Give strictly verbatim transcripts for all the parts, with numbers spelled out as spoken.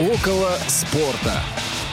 Около спорта.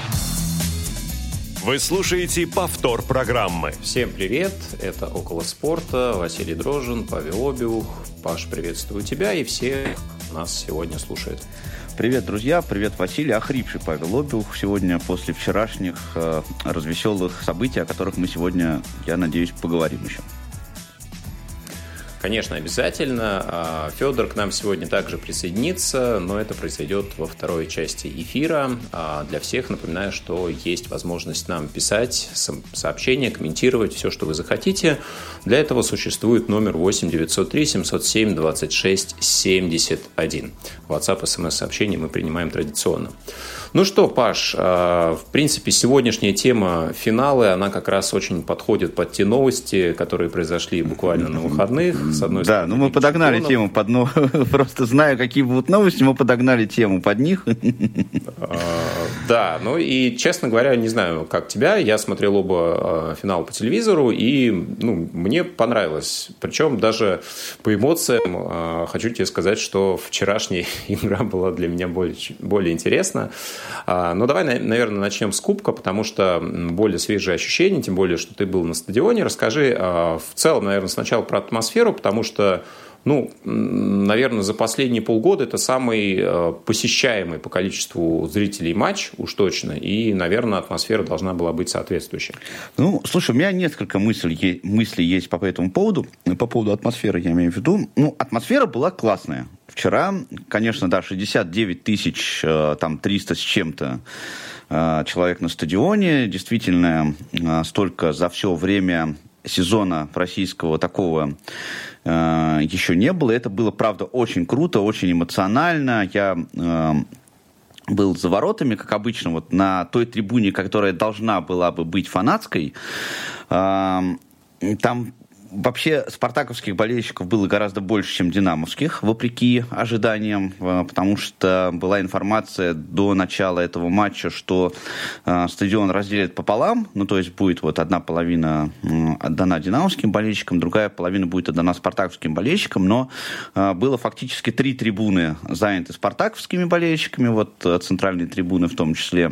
Вы слушаете повтор программы. Всем привет, это «Около спорта», Василий Дрожжин, Павел Обиух. Паш, приветствую тебя и все нас сегодня слушают. Привет, друзья, привет, Василий, охрипший Павел Обиух сегодня после вчерашних э, развеселых событий, о которых мы сегодня, я надеюсь, поговорим еще. Конечно, обязательно. Федор к нам сегодня также присоединится, но это произойдет во второй части эфира. Для всех напоминаю, что есть возможность нам писать сообщения, комментировать все, что вы захотите. Для этого существует номер восемь девятьсот три семьсот семь двадцать шесть семьдесят один. WhatsApp, смс-сообщения мы принимаем традиционно. Ну что, Паш, в принципе, сегодняшняя тема финалы, она как раз очень подходит под те новости, которые произошли буквально на выходных. С одной да, стороны, ну мы подогнали чемпионов. тему под ну, просто зная, какие будут новости, мы подогнали тему под них. Да, ну и, честно говоря, не знаю, как тебя, я смотрел оба финала по телевизору, и ну, мне понравилось. Причем даже по эмоциям хочу тебе сказать, что вчерашняя игра была для меня более, более интересна. Ну, давай, наверное, начнем с кубка, потому что более свежие ощущения, тем более, что ты был на стадионе. Расскажи в целом, наверное, сначала про атмосферу, потому что, ну, наверное, за последние полгода это самый посещаемый по количеству зрителей матч, уж точно, и, наверное, атмосфера должна была быть соответствующей. Ну, слушай, у меня несколько мыслей, мыслей есть по этому поводу, по поводу атмосферы, я имею в виду. Ну, атмосфера была классная. Вчера, конечно, да, шестьдесят девять тысяч, там, триста с чем-то человек на стадионе. Действительно, столько за все время сезона российского такого еще не было. Это было, правда, очень круто, очень эмоционально. Я был за воротами, как обычно, вот на той трибуне, которая должна была бы быть фанатской. Там вообще спартаковских болельщиков было гораздо больше, чем динамовских, вопреки ожиданиям, потому что была информация до начала этого матча, что э, стадион разделят пополам, ну, то есть будет вот одна половина э, отдана динамовским болельщикам, другая половина будет отдана спартаковским болельщикам, но э, было фактически три трибуны заняты спартаковскими болельщиками, вот э, центральные трибуны в том числе.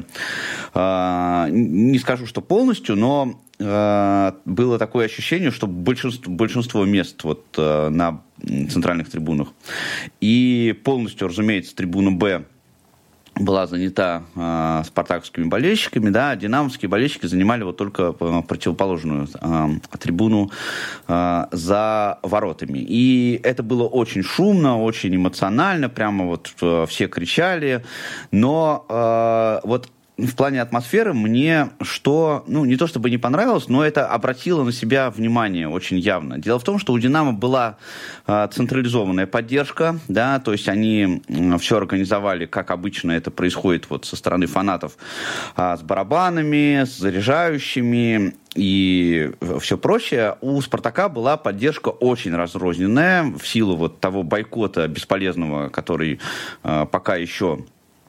Э, не скажу, что полностью, но было такое ощущение, что большинство, большинство мест вот, на центральных трибунах. И полностью, разумеется, трибуна «Б» была занята э, спартаковскими болельщиками, да, а динамовские болельщики занимали вот только противоположную э, трибуну э, за воротами. И это было очень шумно, очень эмоционально, прямо вот э, все кричали, но э, вот в плане атмосферы мне что, ну, не то чтобы не понравилось, но это обратило на себя внимание очень явно. Дело в том, что у «Динамо» была э, централизованная поддержка, да, то есть они э, все организовали, как обычно это происходит вот со стороны фанатов, э, с барабанами, с заряжающими и все прочее. У «Спартака» была поддержка очень разрозненная в силу вот того бойкота бесполезного, который э, пока еще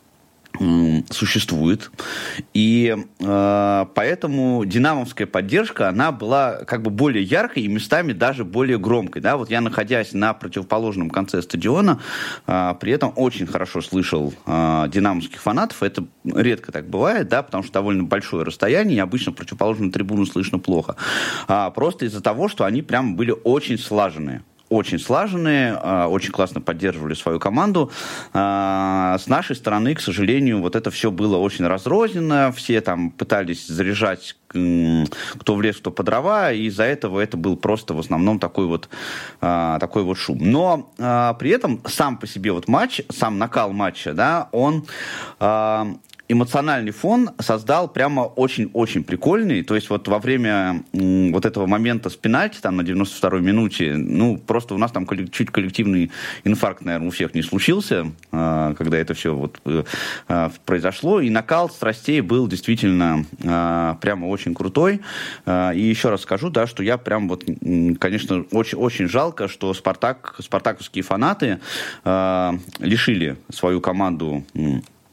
существует. И э, поэтому динамовская поддержка, она была как бы более яркой и местами даже более громкой. Да? Вот я, находясь на противоположном конце стадиона, э, при этом очень хорошо слышал э, динамовских фанатов. Это редко так бывает, да, потому что довольно большое расстояние, и обычно противоположную трибуну слышно плохо. А, просто из-за того, что они прям были очень слаженные. Очень слаженные, очень классно поддерживали свою команду. С нашей стороны, к сожалению, вот это все было очень разрозненно. Все там пытались заряжать кто в лес, кто по дрова, и из-за этого это был просто в основном такой вот, такой вот шум. Но при этом сам по себе вот матч, сам накал матча, да, он эмоциональный фон создал прямо очень-очень прикольный. То есть вот во время м, вот этого момента с пенальти, там на девяносто второй минуте, ну, просто у нас там коллек- чуть коллективный инфаркт, наверное, у всех не случился, э, когда это все вот э, э, произошло. И накал страстей был действительно э, прямо очень крутой. Э, и еще раз скажу, да, что я прям вот, конечно, очень, очень жалко, что Спартак, спартаковские фанаты э, лишили свою команду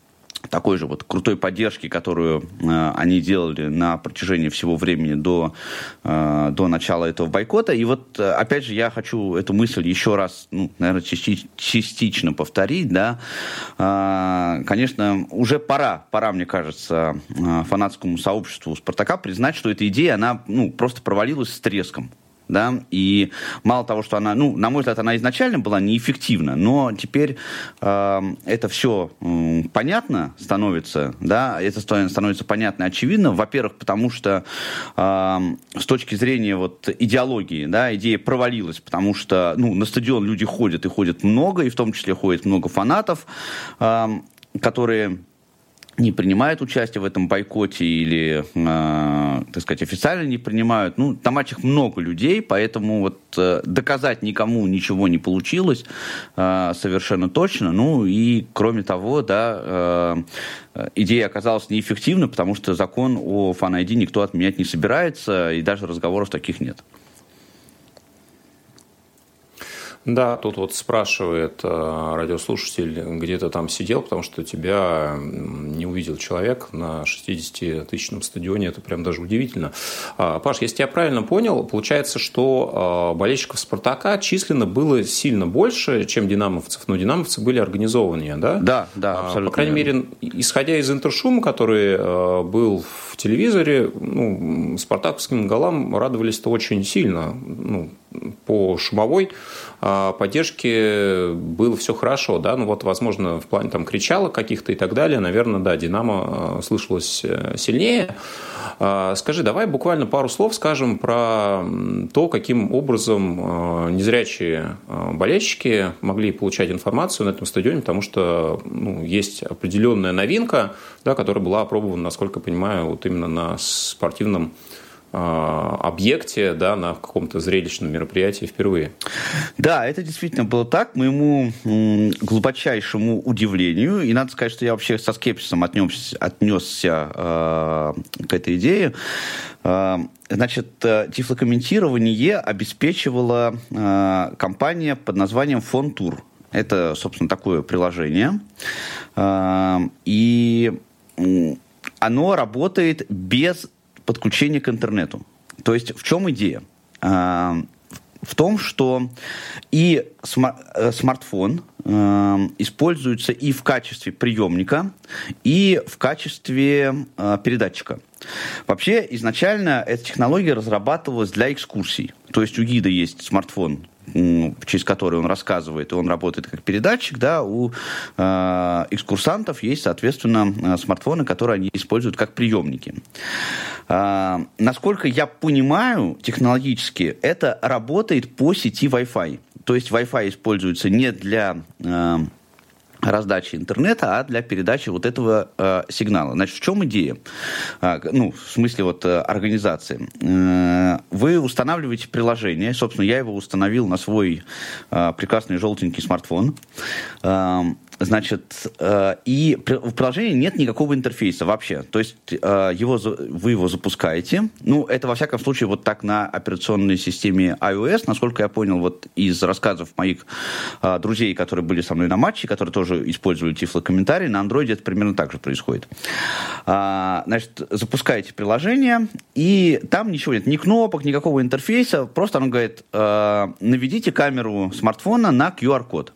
такой же вот крутой поддержки, которую э, они делали на протяжении всего времени до, э, до начала этого бойкота. И вот, э, опять же, я хочу эту мысль еще раз, ну, наверное, части- частично повторить, да. Э, конечно, уже пора, пора, мне кажется, э, фанатскому сообществу «Спартака» признать, что эта идея, она, ну, просто провалилась с треском. Да, и мало того, что она, ну, на мой взгляд, она изначально была неэффективна, но теперь э, это все э, понятно становится, да, это становится понятно и очевидно, во-первых, потому что э, с точки зрения вот идеологии, да, идея провалилась, потому что, ну, на стадион люди ходят и ходят много, и в том числе ходит много фанатов, э, которые не принимают участие в этом бойкоте или, э, так сказать, официально не принимают. Ну, на матчах много людей, поэтому вот э, доказать никому ничего не получилось э, совершенно точно. Ну и, кроме того, да, э, идея оказалась неэффективной, потому что закон о Fan ай ди никто отменять не собирается, и даже разговоров таких нет. Да, тут вот спрашивает э, радиослушатель, где ты там сидел, потому что тебя не увидел человек на шестидесятитысячном стадионе, это прям даже удивительно. А, Паш, если я правильно понял, получается, что э, болельщиков «Спартака» численно было сильно больше, чем динамовцев, но динамовцы были организованнее, да? Да, да, абсолютно. По крайней мере, исходя из интершума, который э, был в телевизоре, ну, спартаковским голам радовались-то очень сильно, ну, по шумовой поддержке было все хорошо, да, ну вот, возможно, в плане там кричалок каких-то и так далее, наверное, да, «Динамо» слышалось сильнее. Скажи, давай буквально пару слов скажем про то, каким образом незрячие болельщики могли получать информацию на этом стадионе, потому что, ну, есть определенная новинка, да, которая была опробована, насколько я понимаю, вот именно на спортивном объекте, да, на каком-то зрелищном мероприятии впервые. Да, это действительно было так, к моему м, глубочайшему удивлению. И надо сказать, что я вообще со скепсисом отнесся, отнесся э, к этой идее. Э, значит, тифлокомментирование обеспечивала э, компания под названием «Фонтур». Это, собственно, такое приложение. Э, и э, оно работает без подключение к интернету. То есть в чем идея? В том, что и смартфон используется и в качестве приемника, и в качестве передатчика. Вообще, изначально эта технология разрабатывалась для экскурсий. То есть у гида есть смартфон, через который он рассказывает, и он работает как передатчик, да, у э, экскурсантов есть, соответственно, смартфоны, которые они используют как приемники. Э, насколько я понимаю, технологически это работает по сети Wi-Fi. То есть Wi-Fi используется не для э, раздачи интернета, а для передачи вот этого э, сигнала. Значит, в чем идея? Э, ну, в смысле вот э, организации. Э, вы устанавливаете приложение. Собственно, я его установил на свой э, прекрасный желтенький смартфон. Э, Значит, э, и в приложении нет никакого интерфейса вообще. То есть э, его, вы его запускаете. Ну, это, во всяком случае, вот так на операционной системе iOS. Насколько я понял, вот из рассказов моих э, друзей, которые были со мной на матче, которые тоже использовали тифлокомментарий, на Android это примерно так же происходит. Э, значит, запускаете приложение, и там ничего нет. Ни кнопок, никакого интерфейса. Просто оно говорит, э, наведите камеру смартфона на ку ар-код.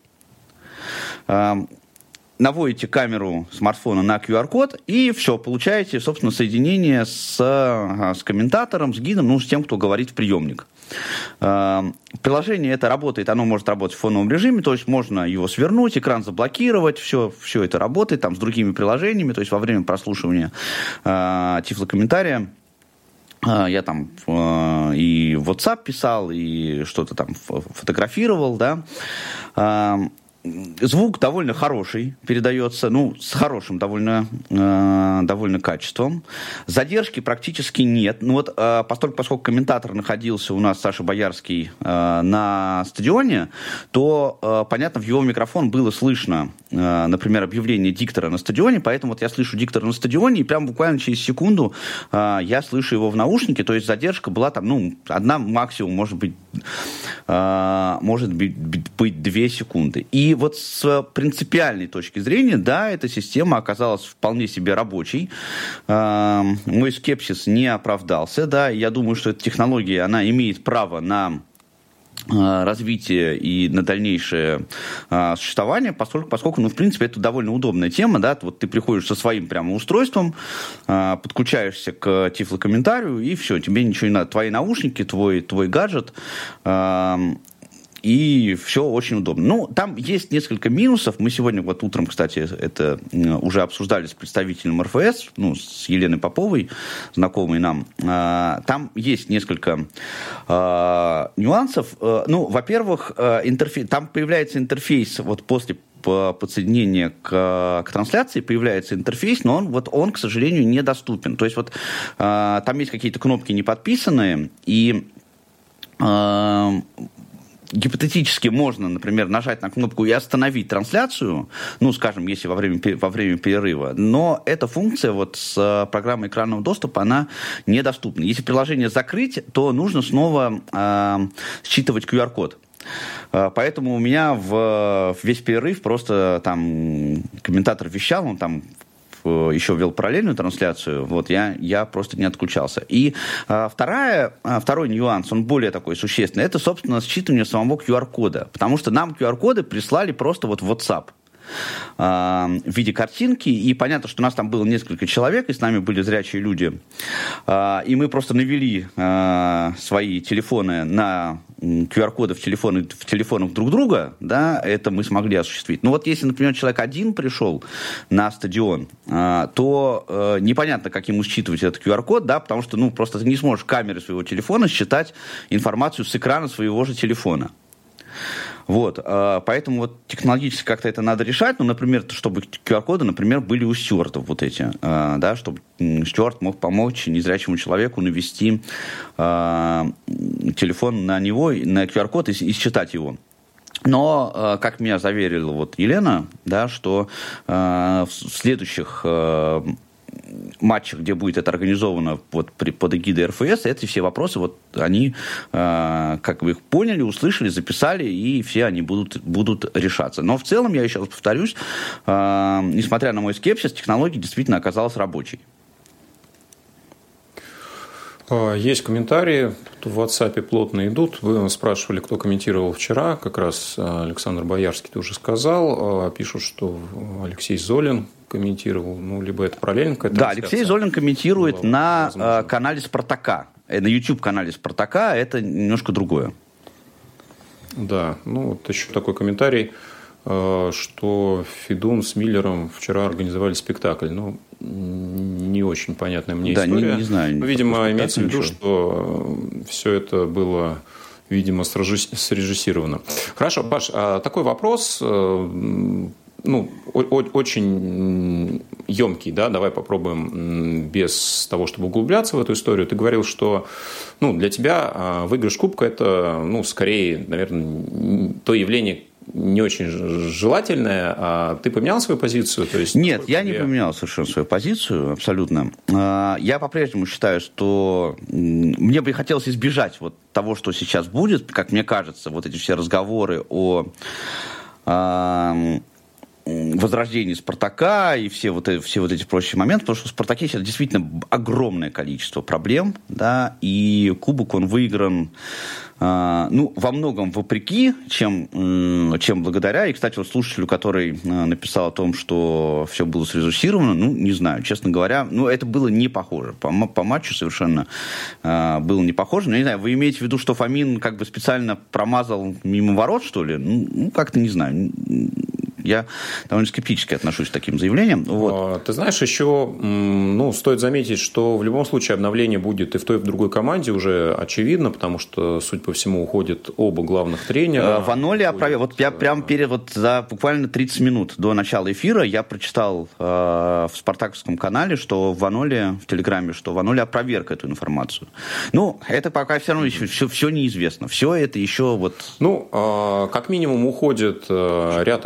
Наводите камеру смартфона на ку ар-код, и все, получаете, собственно, соединение с, с комментатором, с гидом, ну, с тем, кто говорит в приемник. Приложение это работает, оно может работать в фоновом режиме, то есть можно его свернуть, экран заблокировать, все, все это работает там с другими приложениями, то есть во время прослушивания э, тифлокомментария я там э, и в WhatsApp писал, и что-то там фотографировал, да. Э, Звук довольно хороший передается, ну, с хорошим довольно, э, довольно качеством. Задержки практически нет. Ну вот, э, поскольку, поскольку комментатор находился у нас, Саша Боярский, э, на стадионе, то, э, понятно, в его микрофон было слышно, э, например, объявление диктора на стадионе, поэтому вот я слышу диктора на стадионе, и прям буквально через секунду э, я слышу его в наушнике, то есть задержка была там, ну, одна, максимум, может быть, может быть, быть две секунды. И вот с принципиальной точки зрения, да, эта система оказалась вполне себе рабочей. Мой скепсис не оправдался, да, я думаю, что эта технология, она имеет право на развитие и на дальнейшее а, существование, поскольку, поскольку, ну, в принципе, это довольно удобная тема, да, вот ты приходишь со своим прямо устройством, а, подключаешься к тифлокомментарию, и все, тебе ничего не надо, твои наушники, твой, твой гаджет, а, и все очень удобно. Ну, там есть несколько минусов. Мы сегодня вот утром, кстати, это уже обсуждали с представителем эр эф эс, ну, с Еленой Поповой, знакомой нам. Там есть несколько нюансов. Ну, во-первых, интерфейс, там появляется интерфейс вот после подсоединения к, к трансляции появляется интерфейс, но он, вот он, к сожалению, недоступен. То есть вот там есть какие-то кнопки не подписанные, и гипотетически можно, например, нажать на кнопку и остановить трансляцию, ну, скажем, если во время, во время перерыва, но эта функция вот с программой экранного доступа, она недоступна. Если приложение закрыть, то нужно снова э, считывать ку ар-код. Поэтому у меня в весь перерыв просто там комментатор вещал, он там еще вел параллельную трансляцию, вот, я, я просто не отключался. И а, вторая, а, второй нюанс, он более такой существенный, это, собственно, считывание самого ку ар-кода, потому что нам ку ар-коды прислали просто вот в WhatsApp в виде картинки, и понятно, что у нас там было несколько человек, и с нами были зрячие люди, и мы просто навели свои телефоны на ку ар-коды в, телефоны, в телефонах друг друга, да, это мы смогли осуществить. Но вот если, например, человек один пришел на стадион, то непонятно, как ему считывать этот ку ар-код, да, потому что, ну, просто ты не сможешь камерой своего телефона считать информацию с экрана своего же телефона. Вот, поэтому вот технологически как-то это надо решать, ну, например, чтобы ку ар-коды, например, были у стюардов вот эти, да, чтобы стюард мог помочь незрячему человеку навести телефон на него, на ку ар-код и, и считать его. Но, как меня заверила вот Елена, да, что в следующих матчах, где будет это организовано вот при, под эгидой эр эф эс, эти все вопросы, вот они, э, как бы их поняли, услышали, записали, и все они будут, будут решаться. Но в целом, я еще раз повторюсь, э, несмотря на мой скепсис, технология действительно оказалась рабочей. Есть комментарии, в WhatsApp плотно идут. Вы спрашивали, кто комментировал вчера. Как раз Александр Боярский тоже сказал. Пишут, что Алексей Золин комментировал. Ну, либо это параллельно какая-то Да, Алексей Золин комментирует ну, на возможно. канале «Спартака». На YouTube-канале «Спартака». Это немножко другое. Да, ну вот еще такой комментарий, что Федун с Миллером вчера организовали спектакль. Ну, не очень понятная мне да, история. Не, не знаю, Но, видимо, имеется в виду, что все это было, видимо, срежиссировано. Хорошо, Паш, такой вопрос, ну, очень емкий, да, давай попробуем без того, чтобы углубляться в эту историю. Ты говорил, что, ну, для тебя выигрыш кубка – это, ну, скорее, наверное, то явление, не очень желательное, а ты поменял свою позицию? То есть, Нет, я тебе... не поменял совершенно свою позицию, абсолютно. Я по-прежнему считаю, что мне бы хотелось избежать вот того, что сейчас будет, как мне кажется, вот эти все разговоры о возрождении «Спартака» и все вот, все вот эти прочие моменты, потому что в «Спартаке» сейчас действительно огромное количество проблем, да, и кубок, он выигран, э, ну, во многом вопреки, чем, э, чем благодаря. И, кстати, вот слушателю, который э, написал о том, что все было срежиссировано, ну, не знаю, честно говоря, ну, это было не похоже. По, по матчу совершенно э, было не похоже. Но, я не знаю, вы имеете в виду, что Фомин как бы специально промазал мимо ворот, что ли? Ну, ну как-то не знаю. Я довольно скептически отношусь к таким заявлениям. Вот. Ты знаешь, еще ну, стоит заметить, что в любом случае обновление будет и в той, и в другой команде уже очевидно, потому что, судя по всему, уходят оба главных тренера. Ваноли оправил. Вот я прям перед, вот за буквально тридцать минут до начала эфира я прочитал э, в спартаковском канале, что Ваноли, в Телеграме, что Ваноли опроверг эту информацию. Ну, это пока все равно еще все, все неизвестно. Все это еще вот... Ну, э, как минимум уходит э, ряд игроков,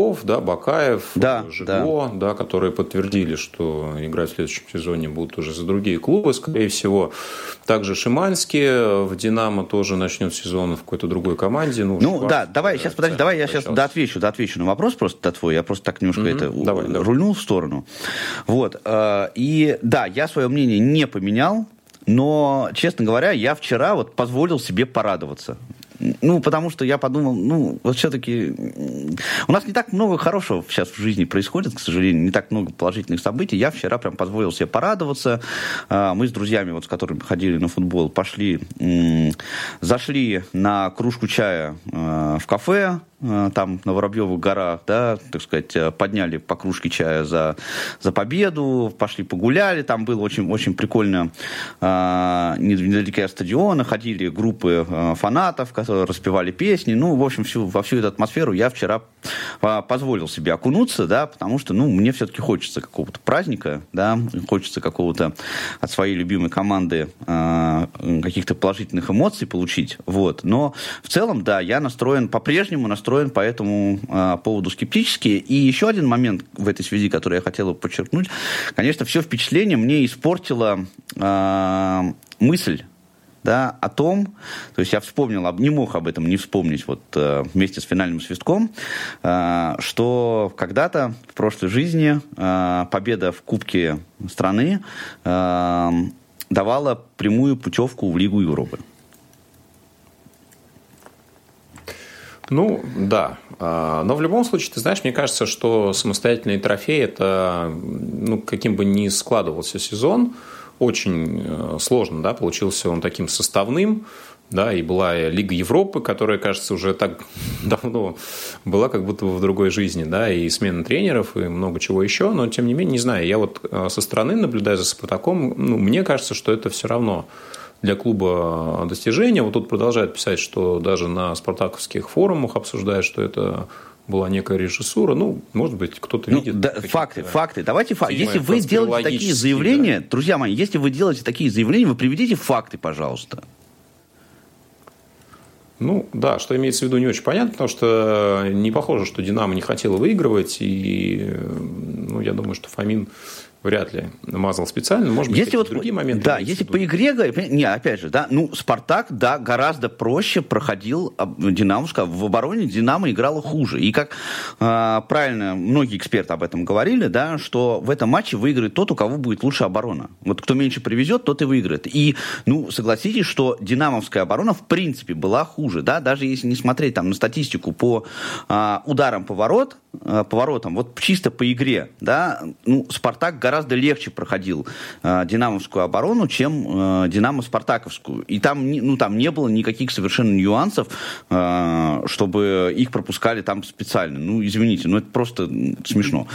игроков, да, Бакаев, да, Жигло, да. Да, которые подтвердили, что играть в следующем сезоне будут уже за другие клубы, скорее всего. Также Шиманский в «Динамо» тоже начнет сезон в какой-то другой команде. Ну, ну Шварц, да, давай, сейчас, подожди, давай я сейчас да, отвечу, да, отвечу на вопрос просто да, твой. Я просто так немножко mm-hmm. это давай, рульнул давай. в сторону. Вот. И да, я свое мнение не поменял, но, честно говоря, я вчера вот позволил себе порадоваться. Ну, потому что я подумал, ну, вот все-таки у нас не так много хорошего сейчас в жизни происходит, к сожалению, не так много положительных событий. Я вчера прям позволил себе порадоваться. Мы с друзьями, вот, с которыми ходили на футбол, пошли, зашли на кружку чая в кафе, там на Воробьевых горах, да, так сказать, подняли по кружке чая за, за победу, пошли погуляли, там было очень, очень прикольно, недалеко от стадиона, ходили группы фанатов, которые распевали песни, ну, в общем, всю, во всю эту атмосферу я вчера позволил себе окунуться, да, потому что, ну, мне все-таки хочется какого-то праздника, да, хочется какого-то от своей любимой команды каких-то положительных эмоций получить, вот, но в целом, да, я настроен, по-прежнему настроен по этому э, поводу скептически. И еще один момент в этой связи, который я хотел бы подчеркнуть. Конечно, все впечатление мне испортила э, мысль, да, о том, то есть я вспомнил, не мог об этом не вспомнить вот, э, вместе с финальным свистком, э, что когда-то в прошлой жизни э, победа в Кубке страны э, давала прямую путевку в Лигу Европы. Ну, да. Но в любом случае, ты знаешь, мне кажется, что самостоятельный трофей – это, ну, каким бы ни складывался сезон, очень сложно, да, получился он таким составным, да, и была Лига Европы, которая, кажется, уже так давно была как будто в другой жизни, да, и смена тренеров, и много чего еще, но, тем не менее, не знаю, я вот со стороны, наблюдая за «Спартаком», ну, мне кажется, что это все равно для клуба достижения. Вот тут продолжают писать, что даже на спартаковских форумах обсуждают, что это была некая режиссура. Ну, может быть, кто-то ну, видит. Да, факты, факты. Давайте факты. Если вы делаете такие заявления, да. друзья мои, если вы делаете такие заявления, вы приведите факты, пожалуйста. Ну, да, что имеется в виду, не очень понятно, потому что не похоже, что «Динамо» не хотела выигрывать, и, ну, я думаю, что Фомин вряд ли мазал специально, может быть, если вот, другие моменты. Да, если по игре, не, опять же, да, ну, «Спартак», да, гораздо проще проходил «Динамовская», в обороне «Динамо» играла хуже. И как э, правильно многие эксперты об этом говорили, да, что в этом матче выиграет тот, у кого будет лучше оборона. Вот кто меньше привезет, тот и выиграет. И, ну, согласитесь, что «Динамовская» оборона в принципе была хуже, да, даже если не смотреть там на статистику по э, ударам поворот, э, поворотам, вот чисто по игре, да, ну, «Спартак» гораздо гораздо легче проходил э, «Динамовскую» оборону, чем э, «Динамо-Спартаковскую». И там, ну, там не было никаких совершенно нюансов, э, чтобы их пропускали там специально. Ну, извините, ну это просто смешно.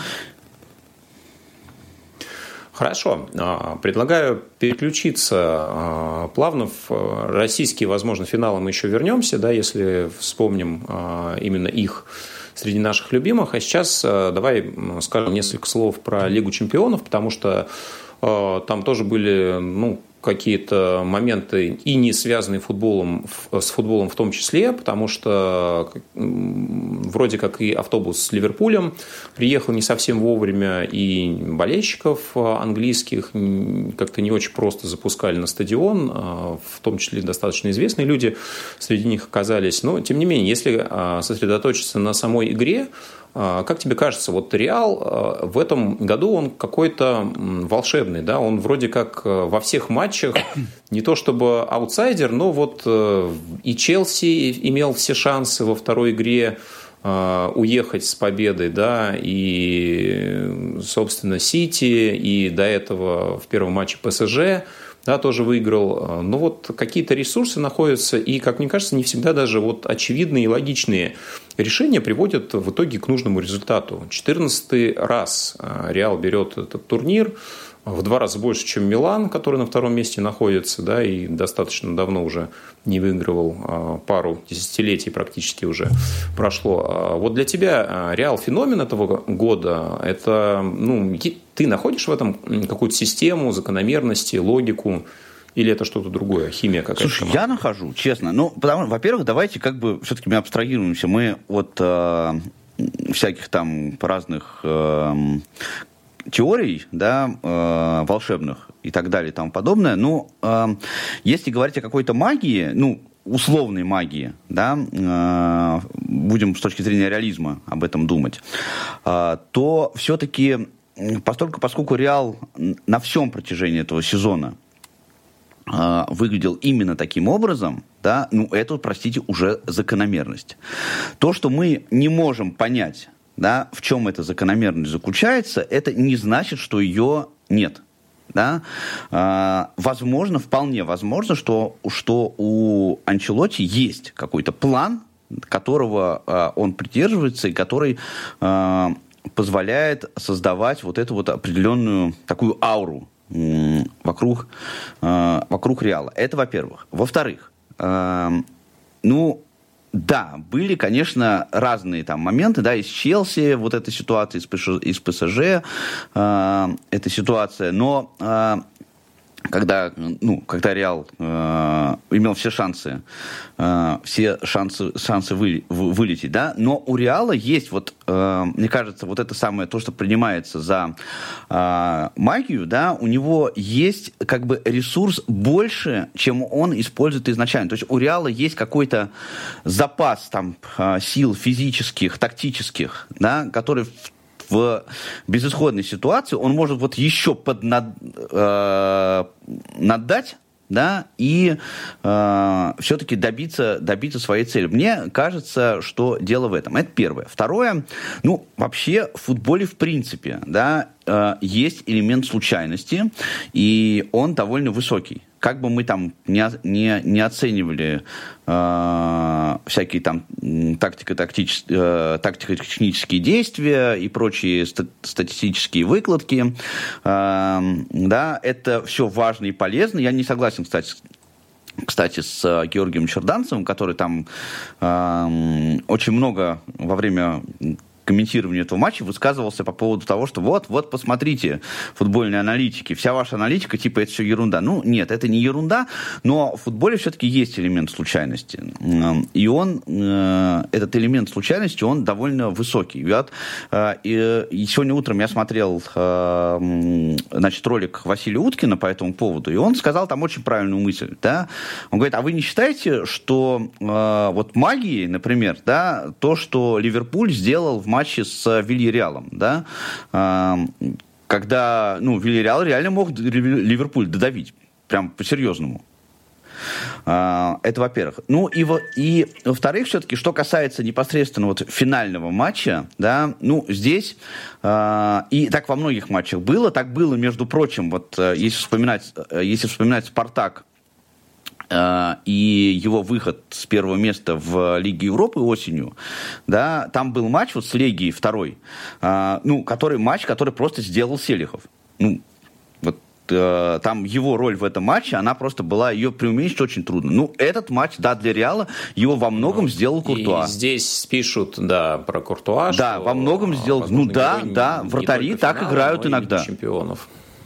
Хорошо. Предлагаю переключиться плавно в российские, возможно, финалы мы еще вернемся, да, если вспомним именно их среди наших любимых. А сейчас давай скажем несколько слов про Лигу чемпионов, потому что там тоже были, ну, какие-то моменты и не связанные футболом, с футболом в том числе, потому что вроде как и автобус с Ливерпулем приехал не совсем вовремя, и болельщиков английских как-то не очень просто запускали на стадион, в том числе достаточно известные люди среди них оказались. Но, тем не менее, если сосредоточиться на самой игре, как тебе кажется, вот Реал в этом году он какой-то волшебный, да? Он вроде как во всех матчах не то чтобы аутсайдер, но вот и Челси имел все шансы во второй игре уехать с победой, да, и, собственно, Сити, и до этого в первом матче ПСЖ, да, тоже выиграл. Но вот какие-то ресурсы находятся, и, как мне кажется, не всегда даже вот очевидные и логичные решения приводят в итоге к нужному результату. четырнадцатый раз Реал берет этот турнир, в два раза больше, чем Милан, который на втором месте находится, да, и достаточно давно уже не выигрывал, пару десятилетий практически уже прошло. Вот для тебя Реал феномен этого года, это, ну, ты находишь в этом какую-то систему, закономерности, логику, или это что-то другое, химия какая-то? Слушай, я нахожу, честно. Ну, потому, во-первых, давайте как бы все-таки мы абстрагируемся. Мы от э, всяких там разных э, теорий, да, э, волшебных и так далее и тому подобное. Но э, если говорить о какой-то магии, ну, условной магии, да, э, будем с точки зрения реализма об этом думать, э, то все-таки, поскольку, поскольку Реал на всем протяжении этого сезона э, выглядел именно таким образом, да, ну, это, простите, уже закономерность. То, что мы не можем понять, да, в чем эта закономерность заключается, это не значит, что ее нет. Да? А, возможно, вполне возможно, что, что у Анчелотти есть какой-то план, которого а, он придерживается и который а, позволяет создавать вот эту вот определенную такую ауру м, вокруг, а, вокруг Реала. Это, во-первых. Во-вторых, а, ну... Да, были, конечно, разные там моменты, да, из Челси вот эта ситуация, из, из ПСЖ э, эта ситуация, но э, когда, ну, когда Реал э, имел все шансы, э, все шансы, шансы вы, вы, вылететь, да, но у Реала есть вот, э, мне кажется, вот это самое, то, что принимается за э, магию, да, у него есть как бы ресурс больше, чем он использует изначально. То есть у Реала есть какой-то запас там э, сил физических, тактических, да, который в в безысходной ситуации он может вот еще поднад, э, наддать, да, и э, все-таки добиться, добиться своей цели. Мне кажется, что дело в этом. Это первое. Второе, ну, вообще в футболе в принципе, да, э, есть элемент случайности, и он довольно высокий. Как бы мы там не, не, не оценивали э, всякие там тактико-тактич, э, тактико-технические действия и прочие ста- статистические выкладки, э, да, это все важно и полезно. Я не согласен, кстати, кстати, с Георгием Черданцевым, который там э, очень много во время комментированию этого матча высказывался по поводу того, что вот, вот, посмотрите, футбольные аналитики, вся ваша аналитика, типа, это все ерунда. Ну, нет, это не ерунда, но в футболе все-таки есть элемент случайности. И он, этот элемент случайности, он довольно высокий. И, вот, и сегодня утром я смотрел, значит, ролик Василия Уткина по этому поводу, и он сказал там очень правильную мысль, да? Он говорит, а вы не считаете, что вот магией, например, да, то, что Ливерпуль сделал в матче с Вильяреалом, да, когда, ну, Вильяреал реально мог Ливерпуль додавить, прям по-серьезному. Это, во-первых. Ну, и, во- и во-вторых, все-таки, что касается непосредственно вот финального матча, да, ну, здесь, и так во многих матчах было, так было, между прочим, вот, если вспоминать, если вспоминать «Спартак», и его выход с первого места в Лиге Европы осенью, да, там был матч вот с Легией второй, ну, который матч, который просто сделал Селихов. Ну, вот там его роль в этом матче, она просто была, ее преуменьшить очень трудно. Ну, этот матч, да, для Реала его во многом сделал Куртуа. И здесь пишут, да, про Куртуа, да, что, во многом сделал. возможно, ну да, не, да, не вратари так финала, играют но иногда. И чемпионов.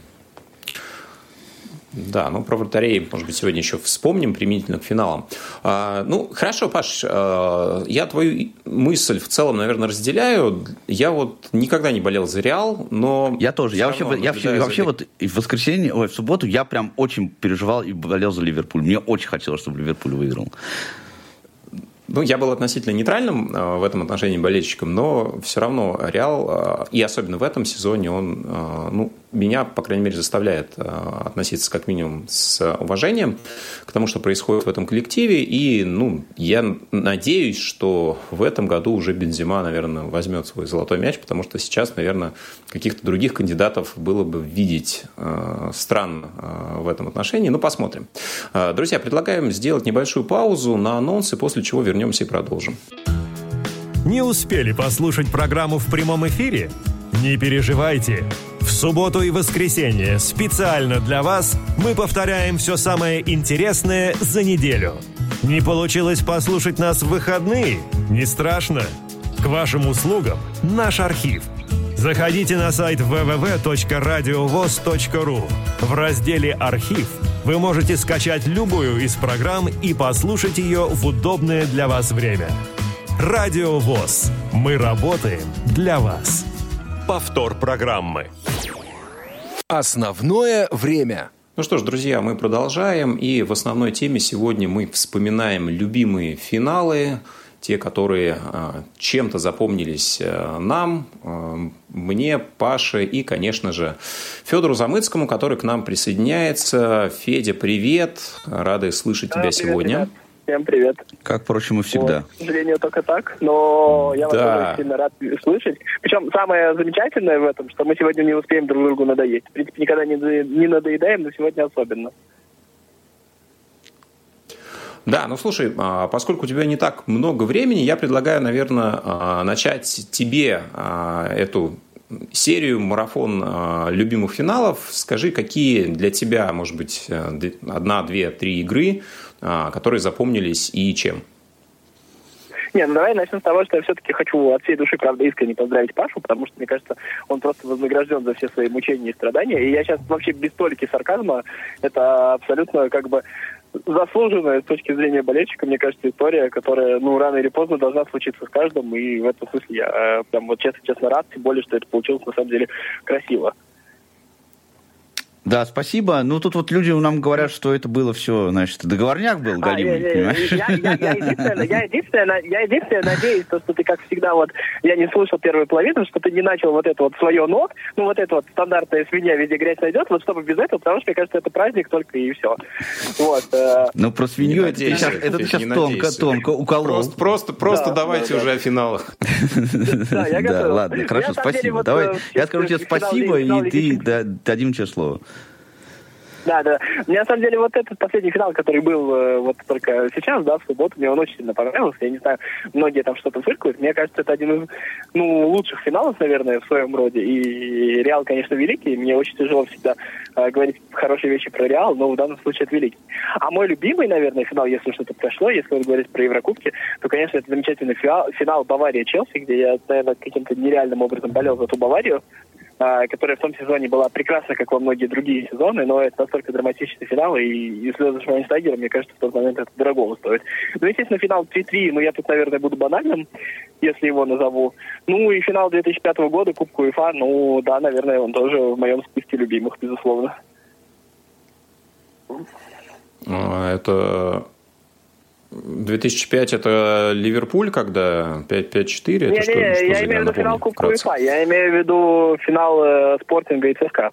Да, ну про вратарей, может быть, сегодня еще вспомним применительно к финалам. А, ну, хорошо, Паш, а, я твою мысль в целом, наверное, разделяю. Я вот никогда не болел за Реал, но... Я тоже. Я вообще, я вообще, вообще вот в воскресенье, ой, в субботу я прям очень переживал и болел за Ливерпуль. Мне очень хотелось, чтобы Ливерпуль выиграл. Ну, я был относительно нейтральным э, в этом отношении болельщиком, но все равно Реал, э, и особенно в этом сезоне, он, э, ну, меня, по крайней мере, заставляет э, относиться как минимум с уважением к тому, что происходит в этом коллективе. И, ну, я надеюсь, что в этом году уже Бензема, наверное, возьмет свой золотой мяч, потому что сейчас, наверное, каких-то других кандидатов было бы видеть э, странно э, в этом отношении. Ну, посмотрим. Э, друзья, предлагаем сделать небольшую паузу на анонсы, после чего вернемся. Вернемся и продолжим. Не успели послушать программу в прямом эфире? Не переживайте. В субботу и воскресенье специально для вас мы повторяем все самое интересное за неделю. Не получилось послушать нас в выходные? Не страшно. К вашим услугам наш архив. Заходите на сайт дабл ю дабл ю дабл ю точка радиовоз точка ру. В разделе «Архив» вы можете скачать любую из программ и послушать ее в удобное для вас время. Радио ВОС. Мы работаем для вас. Повтор программы. Основное время. Ну что ж, друзья, мы продолжаем. И в основной теме сегодня мы вспоминаем любимые финалы, те, которые а, чем-то запомнились а, нам, а, мне, Паше и, конечно же, Федору Замыцкому, который к нам присоединяется. Федя, привет! Рады слышать да, тебя привет, сегодня. Ребят. Всем привет. Как, впрочем, и всегда. Вот, к сожалению, только так, но я вас да. очень сильно рад слышать. Причем самое замечательное в этом, что мы сегодня не успеем друг другу надоесть. В принципе, никогда не, не надоедаем, но сегодня особенно. Да, ну слушай, поскольку у тебя не так много времени, я предлагаю, наверное, начать тебе эту серию, марафон любимых финалов. Скажи, какие для тебя, может быть, одна, две, три игры, которые запомнились и чем? Не, ну давай начнем с того, что я все-таки хочу от всей души, правда, искренне поздравить Пашу, потому что, мне кажется, он просто вознагражден за все свои мучения и страдания. И я сейчас вообще без толики сарказма, это абсолютно как бы заслуженная с точки зрения болельщика, мне кажется, история, которая, ну, рано или поздно должна случиться с каждым. И в этом смысле я э, прям вот честно-честно рад, тем более, что это получилось на самом деле красиво. Да, спасибо. Ну, тут вот люди нам говорят, что это было все, значит, договорняк был, галимый, а, понимаешь? Я, я, я, единственное, я, единственное, я единственное надеюсь, то, что ты, как всегда, вот, я не слышал первую половину, что ты не начал вот это вот свое «но», ну, вот это вот стандартная свинья везде грязь найдет, вот чтобы без этого, потому что, мне кажется, это праздник только и все. Вот. Ну, про свинью это ты сейчас, это ты сейчас тонко, тонко уколол. Просто, просто, просто да, давайте да, уже да. о финалах. Да, я готов. Да, ладно, хорошо, спасибо. Давай, я скажу тебе спасибо, и ты дадим тебе слово. Да, да. Мне, на самом деле, вот этот последний финал, который был э, вот только сейчас, да, в субботу, мне он очень сильно понравился. Я не знаю, многие там что-то фыркают. Мне кажется, это один из, ну, лучших финалов, наверное, в своем роде. И Реал, конечно, великий. Мне очень тяжело всегда э, говорить хорошие вещи про Реал, но в данном случае это великий. А мой любимый, наверное, финал, если что-то прошло, если вот говорить про Еврокубки, то, конечно, это замечательный финал, финал Бавария-Челси, где я, наверное, каким-то нереальным образом болел за ту Баварию, которая в том сезоне была прекрасна, как во многие другие сезоны, но это настолько драматичный финал, и, и слезы Швайнштайгера, мне кажется, в тот момент это дорогого стоит. Ну, естественно, финал три-три, ну, я тут, наверное, буду банальным, если его назову. Ну, и финал две тысячи пятого года, Кубка УЕФА, ну, да, наверное, он тоже в моем списке любимых, безусловно. Это... две тысячи пятый это Ливерпуль, когда пять-четыре? Не, это не, что, не, что я имею в виду финал Кубка УЕФА, я имею в виду финал э, Спортинга и ЦСКА.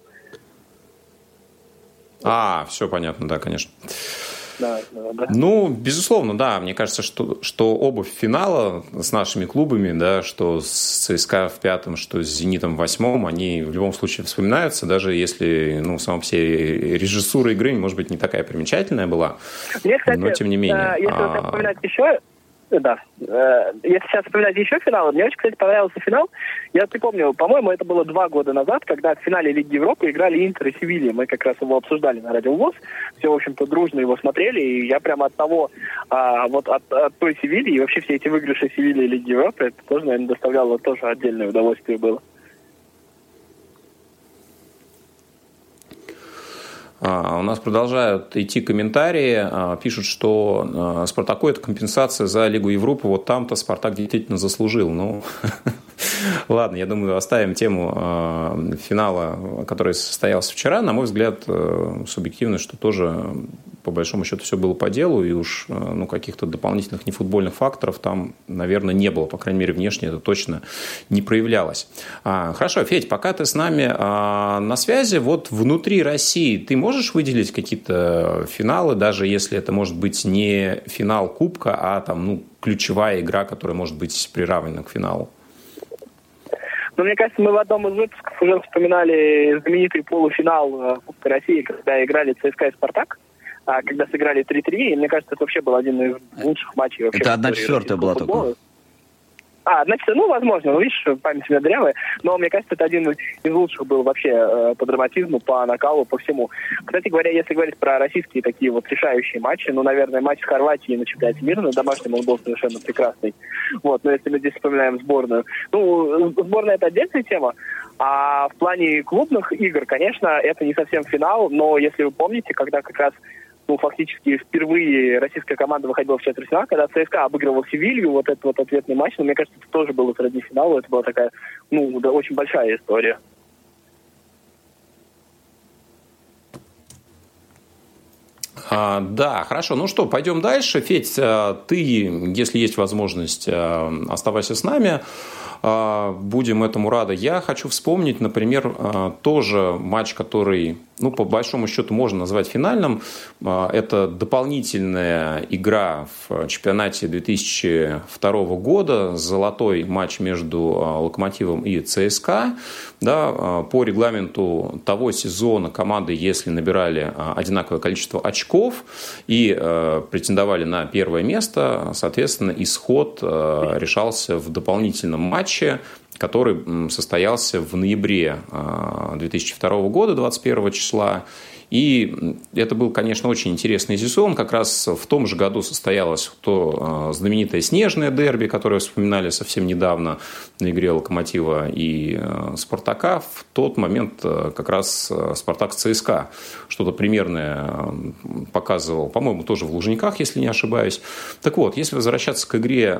А, все понятно, да, конечно. Да, да, да. Ну, безусловно, да. Мне кажется, что, что оба финала с нашими клубами, да, что с ЦСКА в пятом, что с Зенитом в восьмом, они в любом случае вспоминаются, даже если, ну, сама по себе режиссура игры, может быть, не такая примечательная была. Мне, кстати, но тем не менее. Если а... вот вспоминать еще... Да. Если сейчас вспоминать еще финалы, мне очень, кстати, понравился финал. Я не помню, по-моему, это было два года назад, когда в финале Лиги Европы играли Интер и Севилья. Мы как раз его обсуждали на Радио ВОС. Все, в общем-то, дружно его смотрели. И я прямо от того, а, вот от, от той Севильи, и вообще все эти выигрыши Севильи и Лиги Европы, это тоже, наверное, доставляло тоже отдельное удовольствие было. У нас продолжают идти комментарии. Пишут, что Спартаку это компенсация за Лигу Европы. Вот там-то Спартак действительно заслужил. Ну, ладно, я думаю, оставим тему финала, который состоялся вчера. На мой взгляд, субъективно, что тоже по большому счету все было по делу. И уж ну, каких-то дополнительных нефутбольных факторов там, наверное, не было. По крайней мере, внешне это точно не проявлялось. Хорошо, Федь, пока ты с нами на связи, вот внутри России ты можешь Можешь выделить какие-то финалы, даже если это может быть не финал Кубка, а там, ну, ключевая игра, которая может быть приравнена к финалу? Ну, мне кажется, мы в одном из выпусков уже вспоминали знаменитый полуфинал Кубка России, когда играли ЦСКА и Спартак, когда сыграли три-три, и мне кажется, это вообще был один из лучших матчей. Вообще, это одна четвертая была только. А, значит, ну, возможно, ну, видишь, память у меня дрявая, но мне кажется, это один из лучших был вообще э, по драматизму, по накалу, по всему. Кстати говоря, если говорить про российские такие вот решающие матчи, ну, наверное, матч с Хорватией на чемпионате мира, на домашнем он был совершенно прекрасный. Вот, но если мы здесь вспоминаем сборную, ну, сборная это отдельная тема, а в плане клубных игр, конечно, это не совсем финал, но если вы помните, когда как раз ну, фактически впервые российская команда выходила в четвертьфинал, когда ЦСКА обыгрывал Севилью, вот этот вот ответный матч, но мне кажется, это тоже было сродни финалу, это была такая, ну, да, очень большая история. А, да, хорошо. Ну что, пойдем дальше. Федь, ты, если есть возможность, оставайся с нами. Будем этому рады. Я хочу вспомнить, например, тоже матч, который, ну, по большому счету можно назвать финальным. Это дополнительная игра в чемпионате две тысячи второго года, золотой матч между «Локомотивом» и ЦСКА. Да, по регламенту того сезона команды, если набирали одинаковое количество очков и претендовали на первое место, соответственно, исход решался в дополнительном матче, который состоялся в ноябре две тысячи второго года, двадцать первого числа. И это был, конечно, очень интересный сезон. Как раз в том же году состоялось то знаменитое снежное дерби, которое вспоминали совсем недавно на игре «Локомотива» и «Спартака». В тот момент как раз «Спартак» с ЦСКА что-то примерное показывал, по-моему, тоже в Лужниках, если не ошибаюсь. Так вот, если возвращаться к игре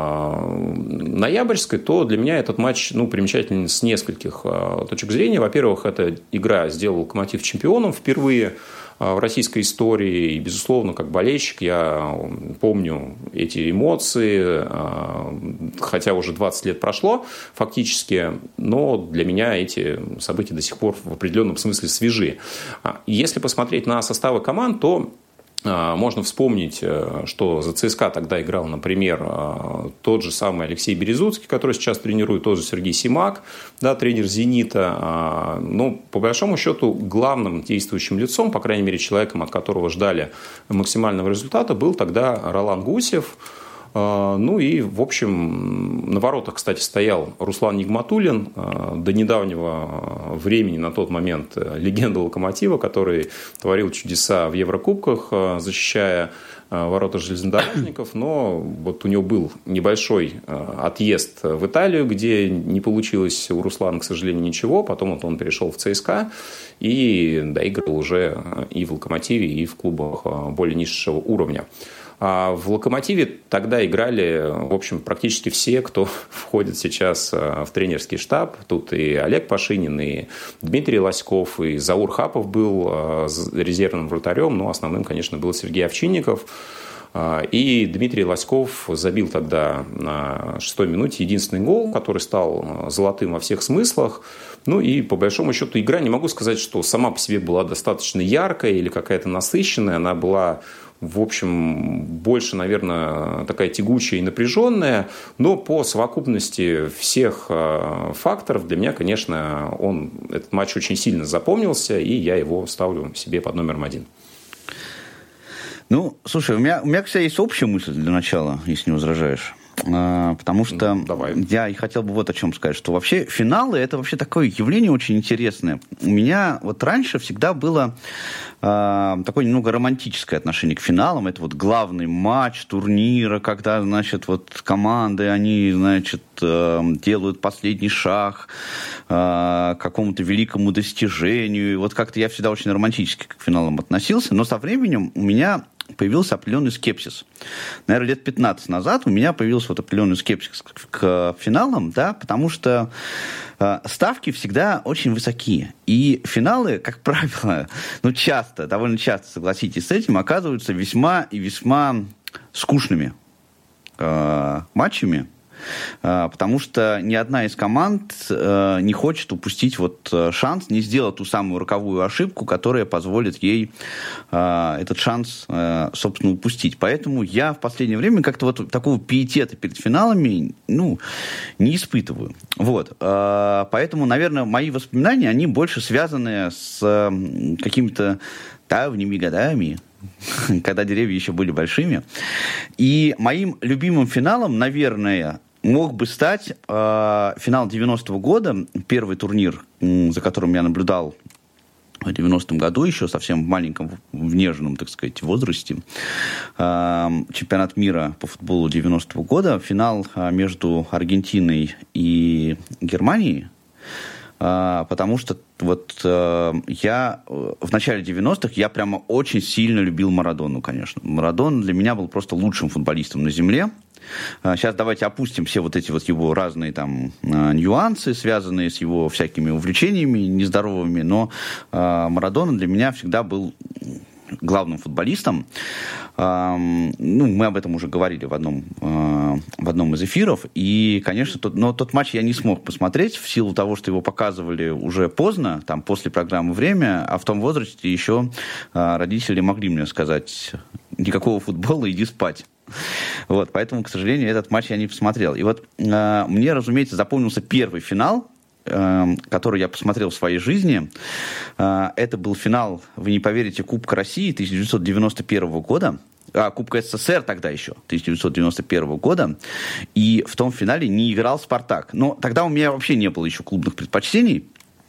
ноябрьской, то для меня этот матч, ну, примечателен с нескольких точек зрения. Во-первых, эта игра сделала «Локомотив» чемпионом впервые в российской истории. И, безусловно, как болельщик, я помню эти эмоции, хотя уже двадцать лет прошло фактически, но для меня эти события до сих пор в определенном смысле свежи. Если посмотреть на составы команд, то можно вспомнить, что за ЦСКА тогда играл, например, тот же самый Алексей Березуцкий, который сейчас тренирует, тот же Сергей Симак, да, тренер «Зенита». Но, по большому счету, главным действующим лицом, по крайней мере, человеком, от которого ждали максимального результата, был тогда Ролан Гусев. Ну и, в общем, на воротах, кстати, стоял Руслан Нигматуллин, до недавнего времени, на тот момент, легенда «Локомотива», который творил чудеса в Еврокубках, защищая ворота железнодорожников, но вот у него был небольшой отъезд в Италию, где не получилось у Руслана, к сожалению, ничего. Потом вот он перешел в ЦСКА и доиграл уже и в «Локомотиве», и в клубах более низшего уровня. А в «Локомотиве» тогда играли, в общем, практически все, кто входит сейчас в тренерский штаб. Тут и Олег Пашинин, и Дмитрий Лоськов, и Заур Хапов был резервным вратарем, но основным, конечно, был Сергей Овчинников. И Дмитрий Лоськов забил тогда на шестой минуте единственный гол, который стал золотым во всех смыслах. Ну и, по большому счету, игра, не могу сказать, что сама по себе была достаточно яркая или какая-то насыщенная. Она была, в общем, больше, наверное, такая тягучая и напряженная. Но по совокупности всех факторов для меня, конечно, он, этот матч очень сильно запомнился, и я его ставлю себе под номером один. Ну, слушай, у меня, у меня, кстати, есть общая мысль для начала, если не возражаешь. Потому что Давай. я и хотел бы вот о чем сказать, что вообще финалы — это вообще такое явление очень интересное. У меня вот раньше всегда было э, такое немного романтическое отношение к финалам. Это вот главный матч турнира, когда, значит, вот команды, они, значит, э, делают последний шаг э, к какому-то великому достижению. И вот как-то я всегда очень романтически к финалам относился, но со временем у меня появился определенный скепсис. Наверное, лет пятнадцать назад у меня появился вот определенный скепсис к, к финалам, да, потому что э, ставки всегда очень высоки. И финалы, как правило, ну, часто, довольно часто, согласитесь с этим, оказываются весьма и весьма скучными э, матчами. Потому что ни одна из команд не хочет упустить вот шанс, не сделать ту самую роковую ошибку, которая позволит ей этот шанс, собственно, упустить. Поэтому я в последнее время как-то вот такого пиетета перед финалами, ну, не испытываю. Вот. Поэтому, наверное, мои воспоминания, они больше связаны с какими-то давними годами, когда деревья еще были большими. И моим любимым финалом, наверное, мог бы стать э, финал девяностого года, первый турнир, за которым я наблюдал в девяностом году, еще совсем в маленьком, в нежном, так сказать, возрасте. Э, чемпионат мира по футболу девяностого года, финал между Аргентиной и Германией. потому что вот я в начале девяностых я прямо очень сильно любил Марадону, конечно. Марадона для меня был просто лучшим футболистом на земле. Сейчас давайте опустим все вот эти вот его разные там нюансы, связанные с его всякими увлечениями нездоровыми, но Марадона для меня всегда был главным футболистом. Ну, мы об этом уже говорили в одном, в одном из эфиров. И, конечно, тот, но тот матч я не смог посмотреть в силу того, что его показывали уже поздно, там, после программы «Время», а в том возрасте еще родители могли мне сказать: никакого футбола, иди спать. Вот, поэтому, к сожалению, этот матч я не посмотрел. И вот мне, разумеется, запомнился первый финал, который я посмотрел в своей жизни. Это был финал, вы не поверите, Кубка России тысяча девятьсот девяносто первого года. А, Кубка СССР тогда еще, тысяча девятьсот девяносто первого года. И в том финале не играл «Спартак». Но тогда у меня вообще не было еще клубных предпочтений.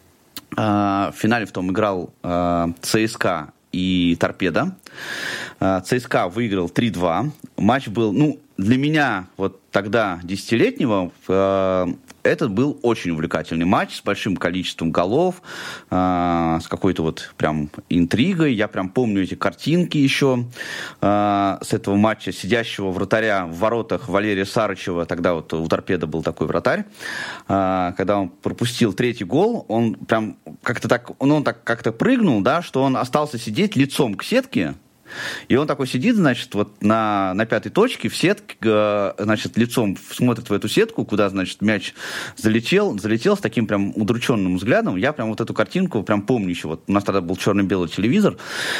В финале в том играл ЦСКА и «Торпедо». ЦСКА выиграл три-два. Матч был, ну, для меня вот тогда, десятилетнего, э, этот был очень увлекательный матч с большим количеством голов, э, с какой-то вот прям интригой. Я прям помню эти картинки еще э, с этого матча, сидящего вратаря в воротах Валерия Сарычева. Тогда вот у «Торпедо» был такой вратарь. Э, когда он пропустил третий гол, он прям как-то так, он, он так как-то прыгнул, да, что он остался сидеть лицом к сетке. И он такой сидит, значит, вот на, на пятой точке в сетке, значит, лицом смотрит в эту сетку, куда, значит, мяч залетел, залетел с таким прям удрученным взглядом. Я прям вот эту картинку прям помню еще. Вот у нас тогда был черно-белый телевизор,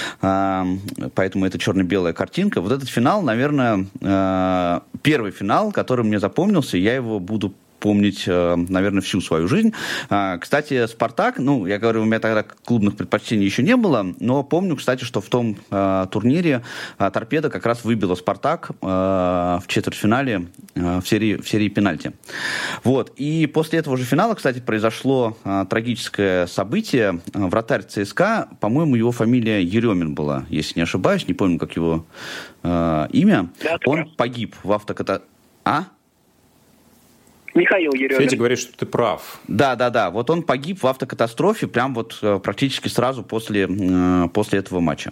поэтому это черно-белая картинка. Вот этот финал, наверное, первый финал, который мне запомнился, я его буду помнить, наверное, всю свою жизнь. Кстати, «Спартак», ну, я говорю, у меня тогда клубных предпочтений еще не было, но помню, кстати, что в том э, турнире э, «Торпедо» как раз выбила «Спартак» э, в четвертьфинале э, в серии, в серии пенальти. Вот. И после этого же финала, кстати, произошло э, трагическое событие. Вратарь ЦСКА, по-моему, его фамилия Еремин была, если не ошибаюсь, не помню, как его э, имя. Да, он погиб в автокатастрофе. А? Михаил Еремин. Федя говорит, что ты прав. Да, да, да. Вот он погиб в автокатастрофе прям вот практически сразу после, после этого матча.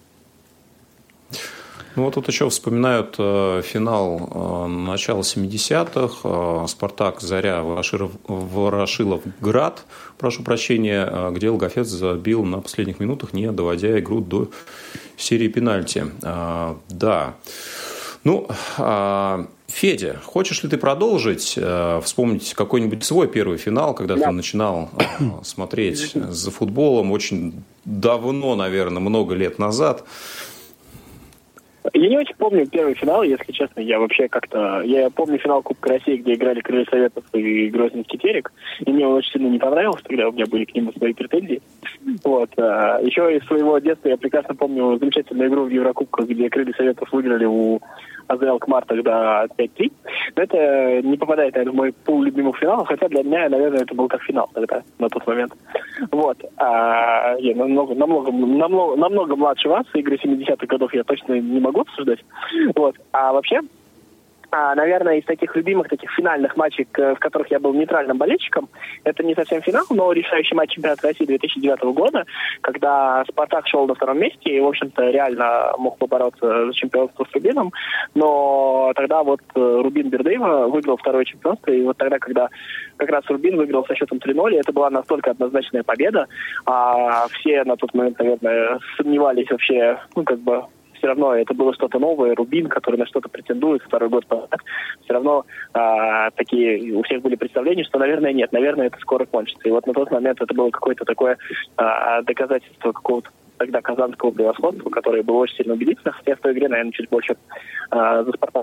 Ну вот тут еще вспоминают э, финал э, начала семидесятых. Э, «Спартак», «Заря», Ворошилов, Ворошиловград, прошу прощения, э, где Логофет забил на последних минутах, не доводя игру до серии пенальти. Э, да. Ну, э, Федя, хочешь ли ты продолжить, э, вспомнить какой-нибудь свой первый финал, когда да. ты начинал э, смотреть за футболом очень давно, наверное, много лет назад? Я не очень помню первый финал, если честно. Я вообще как-то... Я помню финал Кубка России, где играли «Крылья Советов» и Грозненский Терек. И мне он очень сильно не понравился, тогда у меня были к нему свои претензии. Вот. Еще из своего детства я прекрасно помню замечательную игру в Еврокубках, где «Крылья Советов» выиграли у АЗЛ «Кмар» тогда пять-три. Но это не попадает, наверное, в мой пул любимых финалов, хотя для меня, наверное, это был как финал тогда, на тот момент. Вот. А, я намного, намного, намного, намного младше вас, игры семидесятых годов я точно не могу обсуждать. Вот. А вообще, а, наверное, из таких любимых, таких финальных матчей, в которых я был нейтральным болельщиком, это не совсем финал, но решающий матч чемпионата России две тысячи девятого года, когда «Спартак» шел на втором месте и, в общем-то, реально мог побороться за чемпионство с «Рубином», но тогда вот «Рубин» Бердыева выиграл второе чемпионство, и вот тогда, когда как раз «Рубин» выиграл со счетом три-ноль, это была настолько однозначная победа, а все на тот момент, наверное, сомневались вообще, ну, как бы, все равно это было что-то новое, «Рубин», который на что-то претендует второй год подряд. Все равно а, такие у всех были представления, что, наверное, нет, наверное, это скоро кончится. И вот на тот момент это было какое-то такое а, доказательство какого-то тогда казанского превосходства, которое было очень сильно убедительно, хотя в той игре, наверное, чуть больше а, за «Спартак».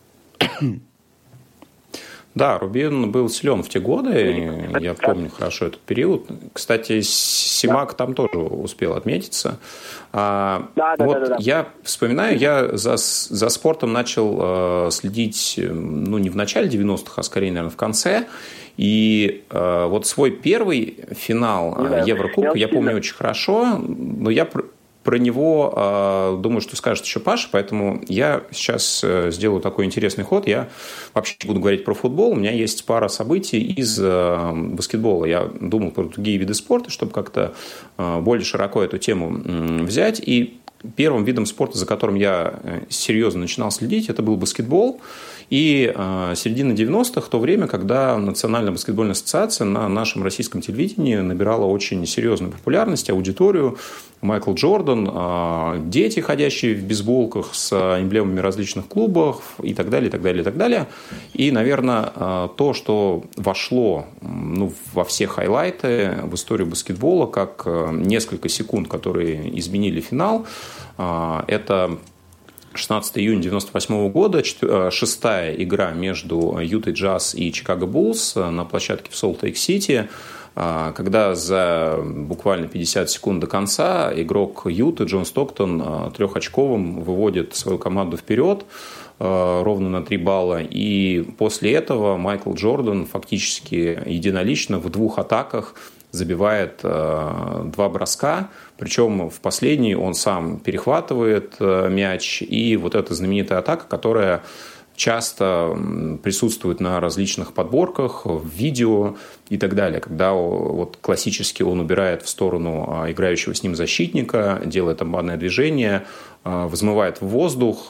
Да, «Рубин» был силен в те годы, я помню хорошо этот период. Кстати, Симак да. там тоже успел отметиться. А, да, да, вот да, да, да. Я вспоминаю, я за, за спортом начал э, следить, ну, не в начале девяностых, а скорее, наверное, в конце. И э, вот свой первый финал э, Еврокубка я помню очень хорошо, но я... про него, думаю, что скажет еще Паша, поэтому я сейчас сделаю такой интересный ход. Я вообще буду говорить про футбол. У меня есть пара событий из баскетбола. Я думал про другие виды спорта, чтобы как-то более широко эту тему взять. И первым видом спорта, за которым я серьезно начинал следить, это был баскетбол. И э, середина девяностых, в то время, когда Национальная баскетбольная ассоциация на нашем российском телевидении набирала очень серьезную популярность, аудиторию. Майкл Джордан, э, дети, ходящие в бейсболках с эмблемами различных клубов и так далее, и так далее, и так далее. И, наверное, э, то, что вошло ну, во все хайлайты в историю баскетбола, как э, несколько секунд, которые изменили финал, э, это... шестнадцатого июня девяносто восьмого года, шестая игра между Ютой Джаз и Чикаго Буллс на площадке в Солт-Лейк-Сити, когда за буквально пятьдесят секунд до конца игрок Юты Джон Стоктон трехочковым выводит свою команду вперед ровно на три балла. И после этого Майкл Джордан фактически единолично в двух атаках забивает э, два броска, причем в последний он сам перехватывает э, мяч, и вот эта знаменитая атака, которая часто присутствует на различных подборках, в видео и так далее, когда вот классически он убирает в сторону играющего с ним защитника, делает обманное движение, взмывает в воздух,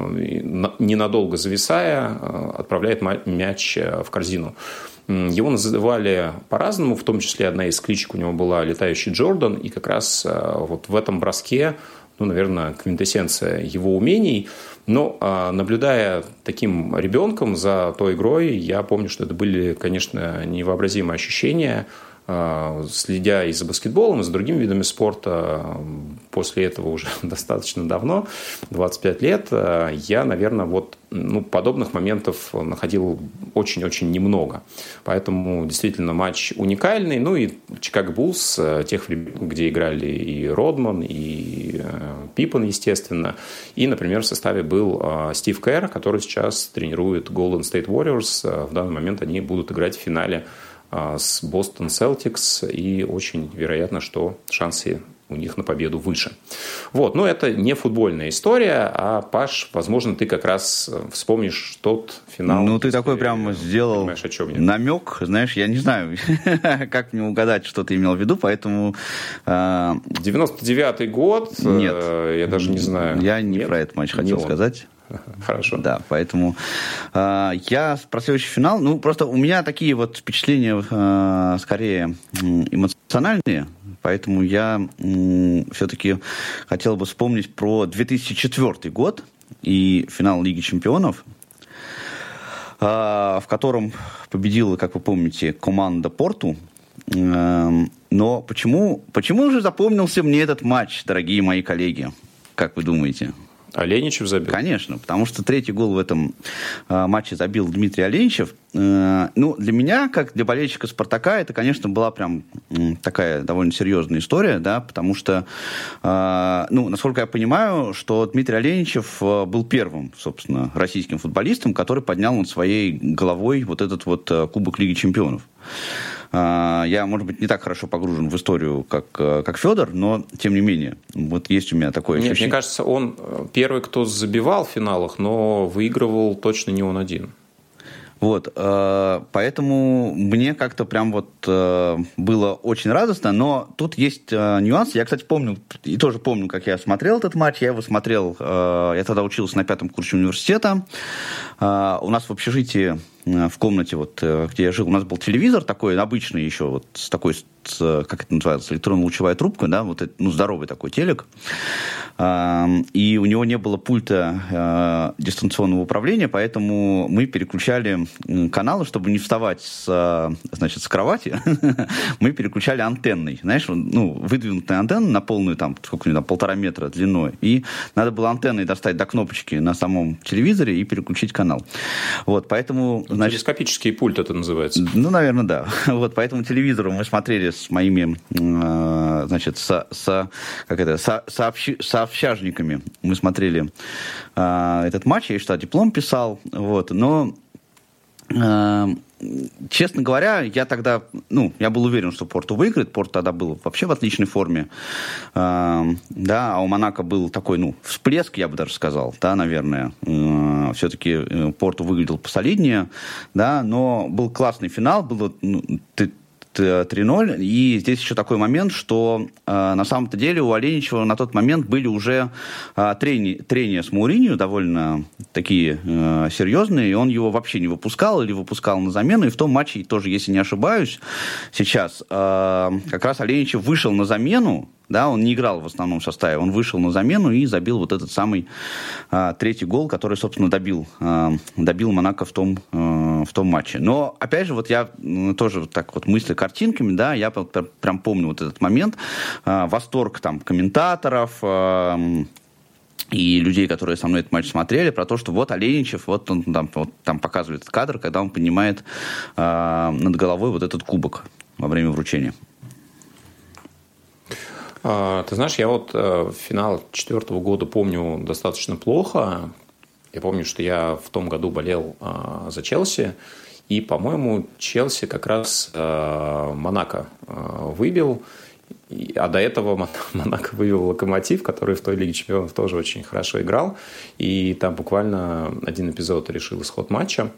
ненадолго зависая, отправляет мяч в корзину. Его называли по-разному, в том числе одна из кличек у него была «Летающий Джордан», и как раз вот в этом броске, ну, наверное, квинтэссенция его умений. Но наблюдая таким ребенком за той игрой, я помню, что это были, конечно, невообразимые ощущения. Следя и за баскетболом, и за другими видами спорта, после этого уже достаточно давно, двадцать пять лет, я, наверное, вот, ну, подобных моментов находил очень-очень немного. Поэтому действительно матч уникальный. Ну и Чикаго Буллс, тех времен, где играли и Родман, и Пиппен, естественно. И, например, в составе был Стив Кэр, который сейчас тренирует Golden State Warriors. В данный момент они будут играть в финале с Бостон Селтикс, и очень вероятно, что шансы у них на победу выше. Вот, но это не футбольная история, а, Паш, возможно, ты как раз вспомнишь тот финал. Ну, ты такой прям сделал намек, знаешь, я не знаю, как мне угадать, что ты имел в виду, поэтому... девяносто девятый год, нет, я даже не знаю. Я не про этот матч хотел сказать. Хорошо. Да, поэтому э, я про следующий финал, ну, просто у меня такие вот впечатления э, скорее эмоциональные, поэтому я э, все-таки хотел бы вспомнить про две тысячи четвёртый год и финал Лиги Чемпионов, э, в котором победила, как вы помните, команда Порту. Э, но почему, почему же запомнился мне этот матч, дорогие мои коллеги? Как вы думаете? Оленичев забил? Конечно, потому что третий гол в этом э, матче забил Дмитрий Оленичев. Э, ну, для меня, как для болельщика «Спартака», это, конечно, была прям э, такая довольно серьезная история, да, потому что, э, ну, насколько я понимаю, что Дмитрий Оленичев э, был первым, собственно, российским футболистом, который поднял над своей головой вот этот вот э, Кубок Лиги Чемпионов. Я, может быть, не так хорошо погружен в историю, как, как Федор, но, тем не менее, вот есть у меня такое ощущение. Нет, мне кажется, он первый, кто забивал в финалах, но выигрывал точно не он один. Вот, поэтому мне как-то прям вот было очень радостно, но тут есть нюанс. Я, кстати, помню, и тоже помню, как я смотрел этот матч. Я его смотрел, я тогда учился на пятом курсе университета. У нас в общежитии, в комнате, вот, где я жил, у нас был телевизор такой, обычный еще, вот с такой, с, как это называется, электронно-лучевая трубка, да, вот, ну, здоровый такой телек. И у него не было пульта дистанционного управления, поэтому мы переключали каналы, чтобы не вставать с, значит, с кровати, мы переключали антенной, знаешь, ну, выдвинутая антенна на полную, там, сколько, там, полтора метра длиной, и надо было антенной достать до кнопочки на самом телевизоре и переключить канал. Вот, поэтому... Значит, телескопический пульт это называется. Ну, наверное, да. Вот, по этому телевизору мы смотрели с моими, э, значит, со, со, как это, со, сообщи, сообщажниками. Мы смотрели э, этот матч, я еще диплом писал, вот, но Честно говоря, я тогда, ну, я был уверен, что Порту выиграет. Порто тогда был вообще в отличной форме. Да, а у Монако был такой, ну, всплеск, я бы даже сказал, да, наверное. Все-таки Порту выглядел посолиднее, да, но был классный финал, было, ну, три ноль. И здесь еще такой момент, что э, на самом-то деле у Аленичева на тот момент были уже э, трени, трения с Мауриньо довольно такие э, серьезные, и он его вообще не выпускал или выпускал на замену. И в том матче, тоже, если не ошибаюсь, сейчас э, как раз Аленичев вышел на замену. Да, он не играл в основном составе, он вышел на замену и забил вот этот самый а, третий гол, который, собственно, добил, а, добил Монако в том, а, в том матче. Но, опять же, вот я тоже так вот мысли картинками, да, я прям помню вот этот момент, а, восторг там комментаторов, а, и людей, которые со мной этот матч смотрели, про то, что вот Аленичев, вот он там, вот, там показывает этот кадр, когда он поднимает а, над головой вот этот кубок во время вручения. Ты знаешь, я вот финал две тысячи четвёртого года помню достаточно плохо. Я помню, что я в том году болел за Челси. И, по-моему, Челси как раз Монако выбил. А до этого Монако вывел Локомотив, который в той Лиге Чемпионов тоже очень хорошо играл. И там буквально один эпизод решил исход матча.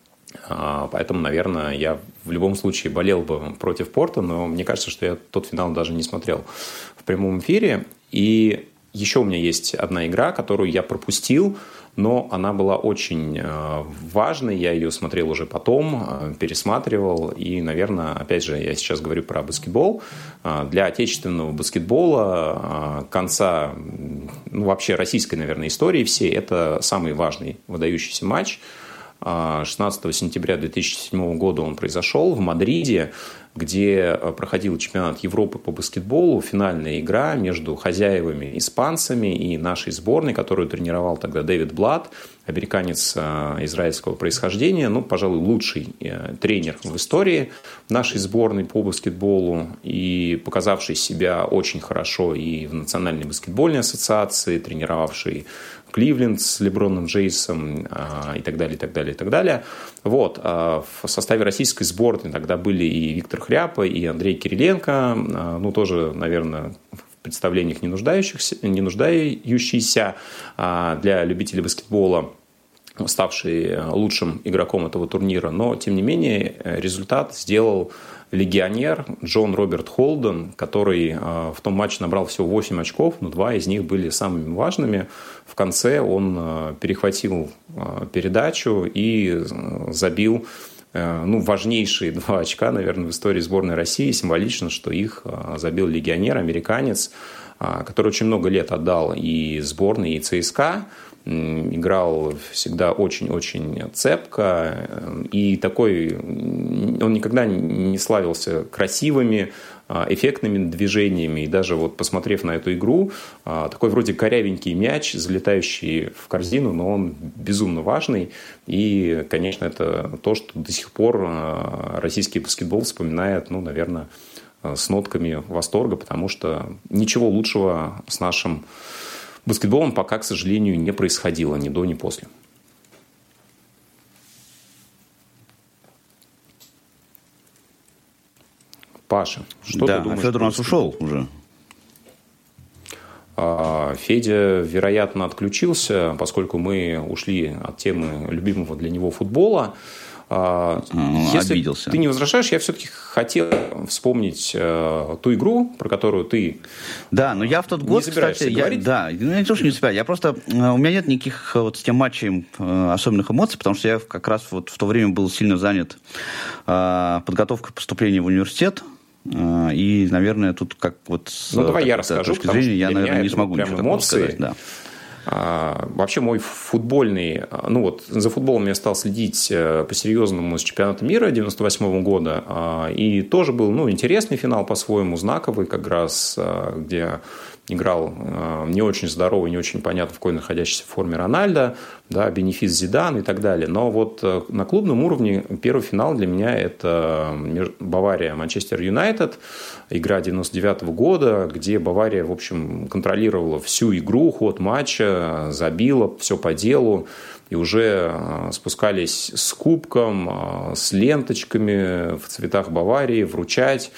Поэтому, наверное, я в любом случае болел бы против Порто, но мне кажется, что я тот финал даже не смотрел в прямом эфире. И еще у меня есть одна игра, которую я пропустил, но она была очень важной. Я ее смотрел уже потом, пересматривал. И, наверное, опять же, я сейчас говорю про баскетбол. Для отечественного баскетбола конца, ну, вообще российской, наверное, истории всей, это самый важный выдающийся матч. шестнадцатого сентября две тысячи седьмого года он произошел в Мадриде, где проходил чемпионат Европы по баскетболу, финальная игра между хозяевами испанцами и нашей сборной, которую тренировал тогда Дэвид Блад, американец израильского происхождения, ну, пожалуй, лучший тренер в истории нашей сборной по баскетболу и показавший себя очень хорошо и в Национальной баскетбольной ассоциации, тренировавший Кливленд с Леброном Джеймсом и так далее, и так далее, и так далее. Вот. В составе российской сборной тогда были и Виктор Хряпа, и Андрей Кириленко, ну, тоже, наверное, в представлениях не нуждающихся, не нуждающиеся для любителей баскетбола, ставший лучшим игроком этого турнира. Но, тем не менее, результат сделал легионер Джон Роберт Холден, который в том матче набрал всего восемь очков, но два из них были самыми важными. В конце он перехватил передачу и забил, ну, важнейшие два очка, наверное, в истории сборной России. Символично, что их забил легионер, американец, который очень много лет отдал и сборной, и ЦСКА. Играл всегда очень-очень цепко, и такой, он никогда не славился красивыми, эффектными движениями, и даже вот посмотрев на эту игру, такой вроде корявенький мяч, залетающий в корзину, но он безумно важный, и, конечно, это то, что до сих пор российский баскетбол вспоминает, ну, наверное, с нотками восторга, потому что ничего лучшего с нашим баскетболом пока, к сожалению, не происходило ни до, ни после. Паша, что да, ты думаешь? А Федор у нас ушел уже. Федя, вероятно, отключился, поскольку мы ушли от темы любимого для него футбола. Если обиделся. Ты не возражаешь, я все-таки хотел вспомнить э, ту игру, про которую ты Да, но я в тот год, не собираешься кстати, говорить. Я, да, я тоже не собираюсь. Я просто, у меня нет никаких вот с тем матчем э, особенных эмоций, потому что я как раз вот в то время был сильно занят э, подготовкой поступления в университет. Э, и, наверное, тут как вот с ну, давай так, я расскажу, точки зрения я, наверное, не смогу прям ничего эмоции. сказать. Да. А, вообще мой футбольный, ну вот за футболом я стал следить по-серьезному с чемпионата мира девяносто восьмого года, а, и тоже был, ну, интересный финал по-своему, знаковый как раз, а, где играл э, не очень здоровый, не очень понятно в какой находящейся форме Рональдо, да, бенефис Зидан и так далее. Но вот э, на клубном уровне первый финал для меня это Бавария-Манчестер Юнайтед, игра девяносто девятого года, где Бавария, в общем, контролировала всю игру, ход матча, забила, все по делу. и уже спускались с кубком, с ленточками в цветах Баварии, вручать.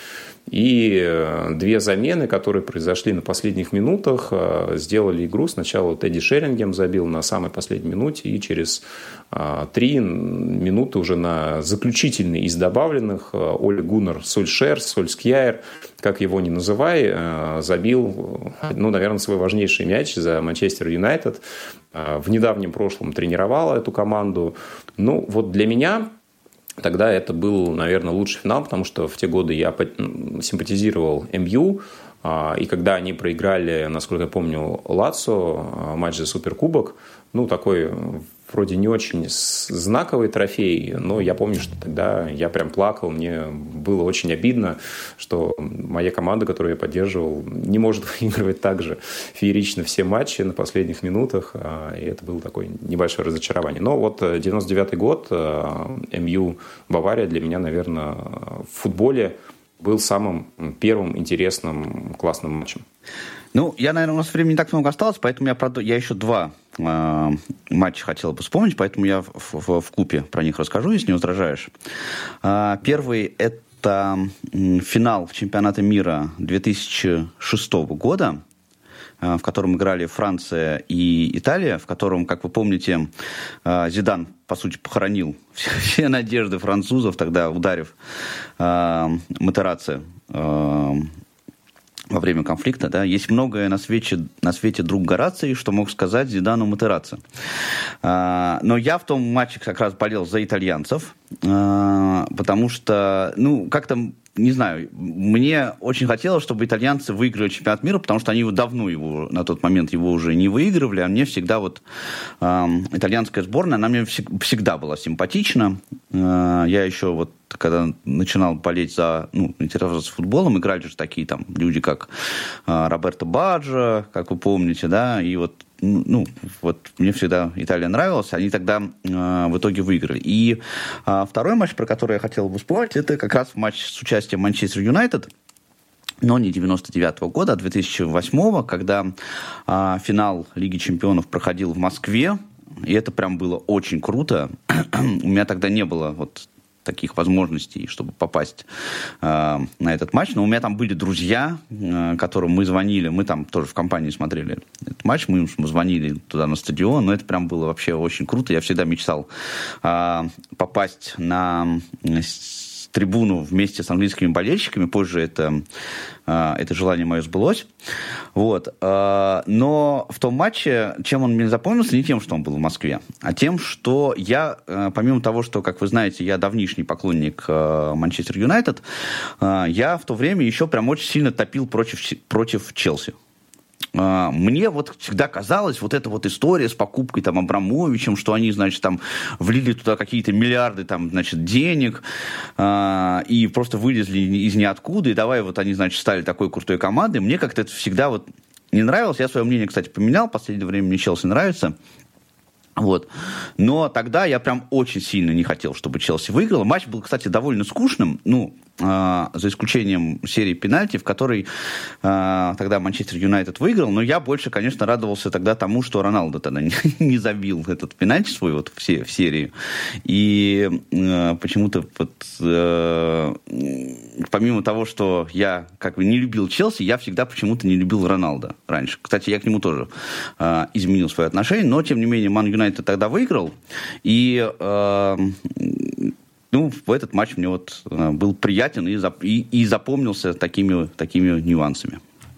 И две замены, которые произошли на последних минутах, сделали игру. Сначала Тедди Шерингем забил на самой последней минуте, и через три минуты уже на заключительный из добавленных Оле Гуннар Сольшер, Сольскьяер, как его ни называй, забил, ну, наверное, свой важнейший мяч за Манчестер Юнайтед. В недавнем прошлом тренировал эту команду. Ну, вот для меня... Тогда это был, наверное, лучший финал, потому что в те годы я симпатизировал эм ю, и когда они проиграли, насколько я помню, Лацио, матч за Суперкубок, ну, такой вроде не очень знаковый трофей, но я помню, что тогда я прям плакал, мне было очень обидно, что моя команда, которую я поддерживал, не может выигрывать так же феерично все матчи на последних минутах, и это было такое небольшое разочарование. Но вот девяносто девятый год, эм ю Бавария для меня, наверное, в футболе был самым первым интересным классным матчем. Ну, я, наверное, у нас времени не так много осталось, поэтому я, прод... я еще два э, матча хотел бы вспомнить, поэтому я в, в, в купе про них расскажу, если не возражаешь. Э, первый – это финал чемпионата мира две тысячи шестого года, э, в котором играли Франция и Италия, в котором, как вы помните, э, Зидан, по сути, похоронил все, все надежды французов, тогда ударив э, Матерацци э, во время конфликта, да, есть многое на свете, на свете друг Гораций, что мог сказать Зидану Матерацци. А, но я в том матче как раз болел за итальянцев, а, потому что, ну, как-то, не знаю, мне очень хотелось, чтобы итальянцы выиграли чемпионат мира, потому что они давно его, на тот момент его уже не выигрывали, а мне всегда вот а, итальянская сборная, она мне всегда была симпатична. А, я еще вот когда начинал болеть за, ну, интересоваться футболом, играли же такие там люди, как э, Роберто Баджо, как вы помните, да, и вот, ну, вот мне всегда Италия нравилась, они тогда э, в итоге выиграли. И э, второй матч, про который я хотел бы вспомнить, это как раз матч с участием Манчестер Юнайтед, но не девяносто девятого года, а две тысячи восьмого, когда э, финал Лиги Чемпионов проходил в Москве, и это прям было очень круто. У меня тогда не было вот таких возможностей, чтобы попасть э, на этот матч. Но у меня там были друзья, э, которым мы звонили. Мы там тоже в компании смотрели этот матч. Мы, мы звонили туда на стадион. Но это прям было вообще очень круто. Я всегда мечтал э, попасть на трибуну вместе с английскими болельщиками. Позже это, это желание мое сбылось. Вот. Но в том матче, чем он мне запомнился, не тем, что он был в Москве, а тем, что я, помимо того, что, как вы знаете, я давнишний поклонник Манчестер Юнайтед, я в то время еще прям очень сильно топил против, против Челси. Мне вот всегда казалось, вот эта вот история с покупкой там Абрамовичем, что они, значит, там влили туда какие-то миллиарды там, значит, денег э, и просто вылезли из ниоткуда, и давай вот они, значит, стали такой крутой командой. Мне как-то это всегда вот не нравилось. Я свое мнение, кстати, поменял. В последнее время мне Челси нравится. Вот. Но тогда я прям очень сильно не хотел, чтобы Челси выиграла. Матч был, кстати, довольно скучным, ну, э, за исключением серии пенальти, в которой э, тогда Манчестер Юнайтед выиграл. Но я больше, конечно, радовался тогда тому, что Роналдо тогда не, не забил этот пенальти свой вот в, се- в серии. И э, почему-то вот, э, помимо того, что я как бы не любил Челси, я всегда почему-то не любил Роналдо раньше. Кстати, я к нему тоже э, изменил свое отношение, но, тем не менее, Ман Юнайтед тогда выиграл, и э, ну, в этот матч мне вот э, был приятен и, зап- и, и запомнился такими, такими нюансами.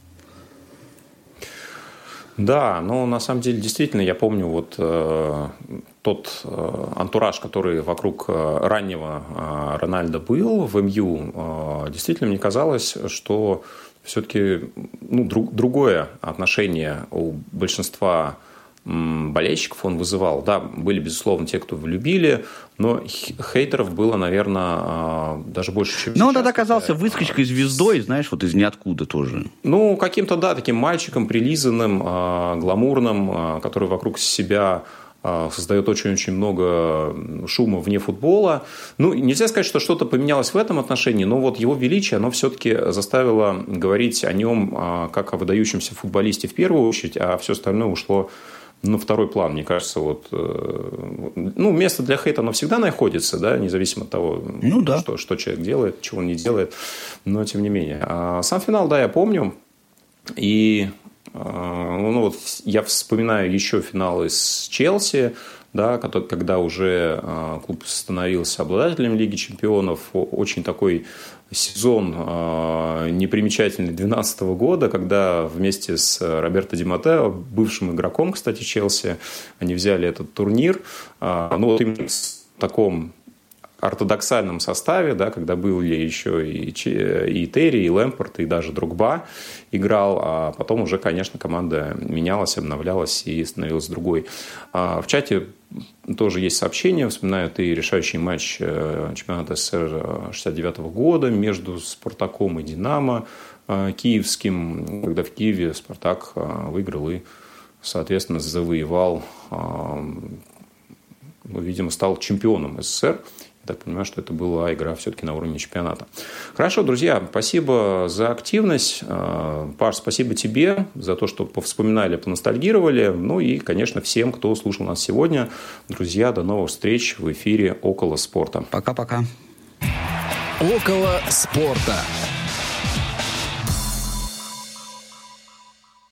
Да, но на самом деле действительно я помню вот э, тот э, антураж, который вокруг э, раннего э, Рональдо был в эм ю, э, действительно мне казалось, что все-таки ну, друг, другое отношение у большинства болельщиков он вызывал. Да, были, безусловно, те, кто влюбили, но хейтеров было, наверное, даже больше, чем сейчас. Но он тогда оказался выскочкой, звездой, знаешь, вот из ниоткуда тоже. Ну, каким-то, да, таким мальчиком, прилизанным, гламурным, который вокруг себя создает очень-очень много шума вне футбола. Ну, нельзя сказать, что что-то поменялось в этом отношении, но вот его величие, оно все-таки заставило говорить о нем как о выдающемся футболисте в первую очередь, а все остальное ушло на второй план, мне кажется. Вот, ну, место для хейта, оно всегда находится, да, независимо от того, ну, да. что, что человек делает, чего он не делает. Но, тем не менее. А сам финал, да, я помню. И ну, вот, я вспоминаю еще финалы с Челси, да, когда уже клуб становился обладателем Лиги чемпионов. Очень такой сезон непримечательный две тысячи двенадцатого года, когда вместе с Роберто Ди Маттео, бывшим игроком, кстати, Челси, они взяли этот турнир. Ну, вот именно в таком ортодоксальном составе, да, когда были еще и, и Терри, и Лэмпорт, и даже Дрогба играл, а потом уже, конечно, команда менялась, обновлялась и становилась другой. В чате тоже есть сообщения, вспоминают и решающий матч чемпионата СССР шестьдесят девятого года между «Спартаком» и «Динамо» киевским, когда в Киеве «Спартак» выиграл и, соответственно, завоевал, ну, видимо, стал чемпионом СССР. Я так понимаю, что это была игра все-таки на уровне чемпионата. Хорошо, друзья, спасибо за активность. Паш, спасибо тебе за то, что повспоминали, поностальгировали. Ну и, конечно, всем, кто слушал нас сегодня. Друзья, до новых встреч в эфире «Около спорта». Пока-пока. «Около спорта».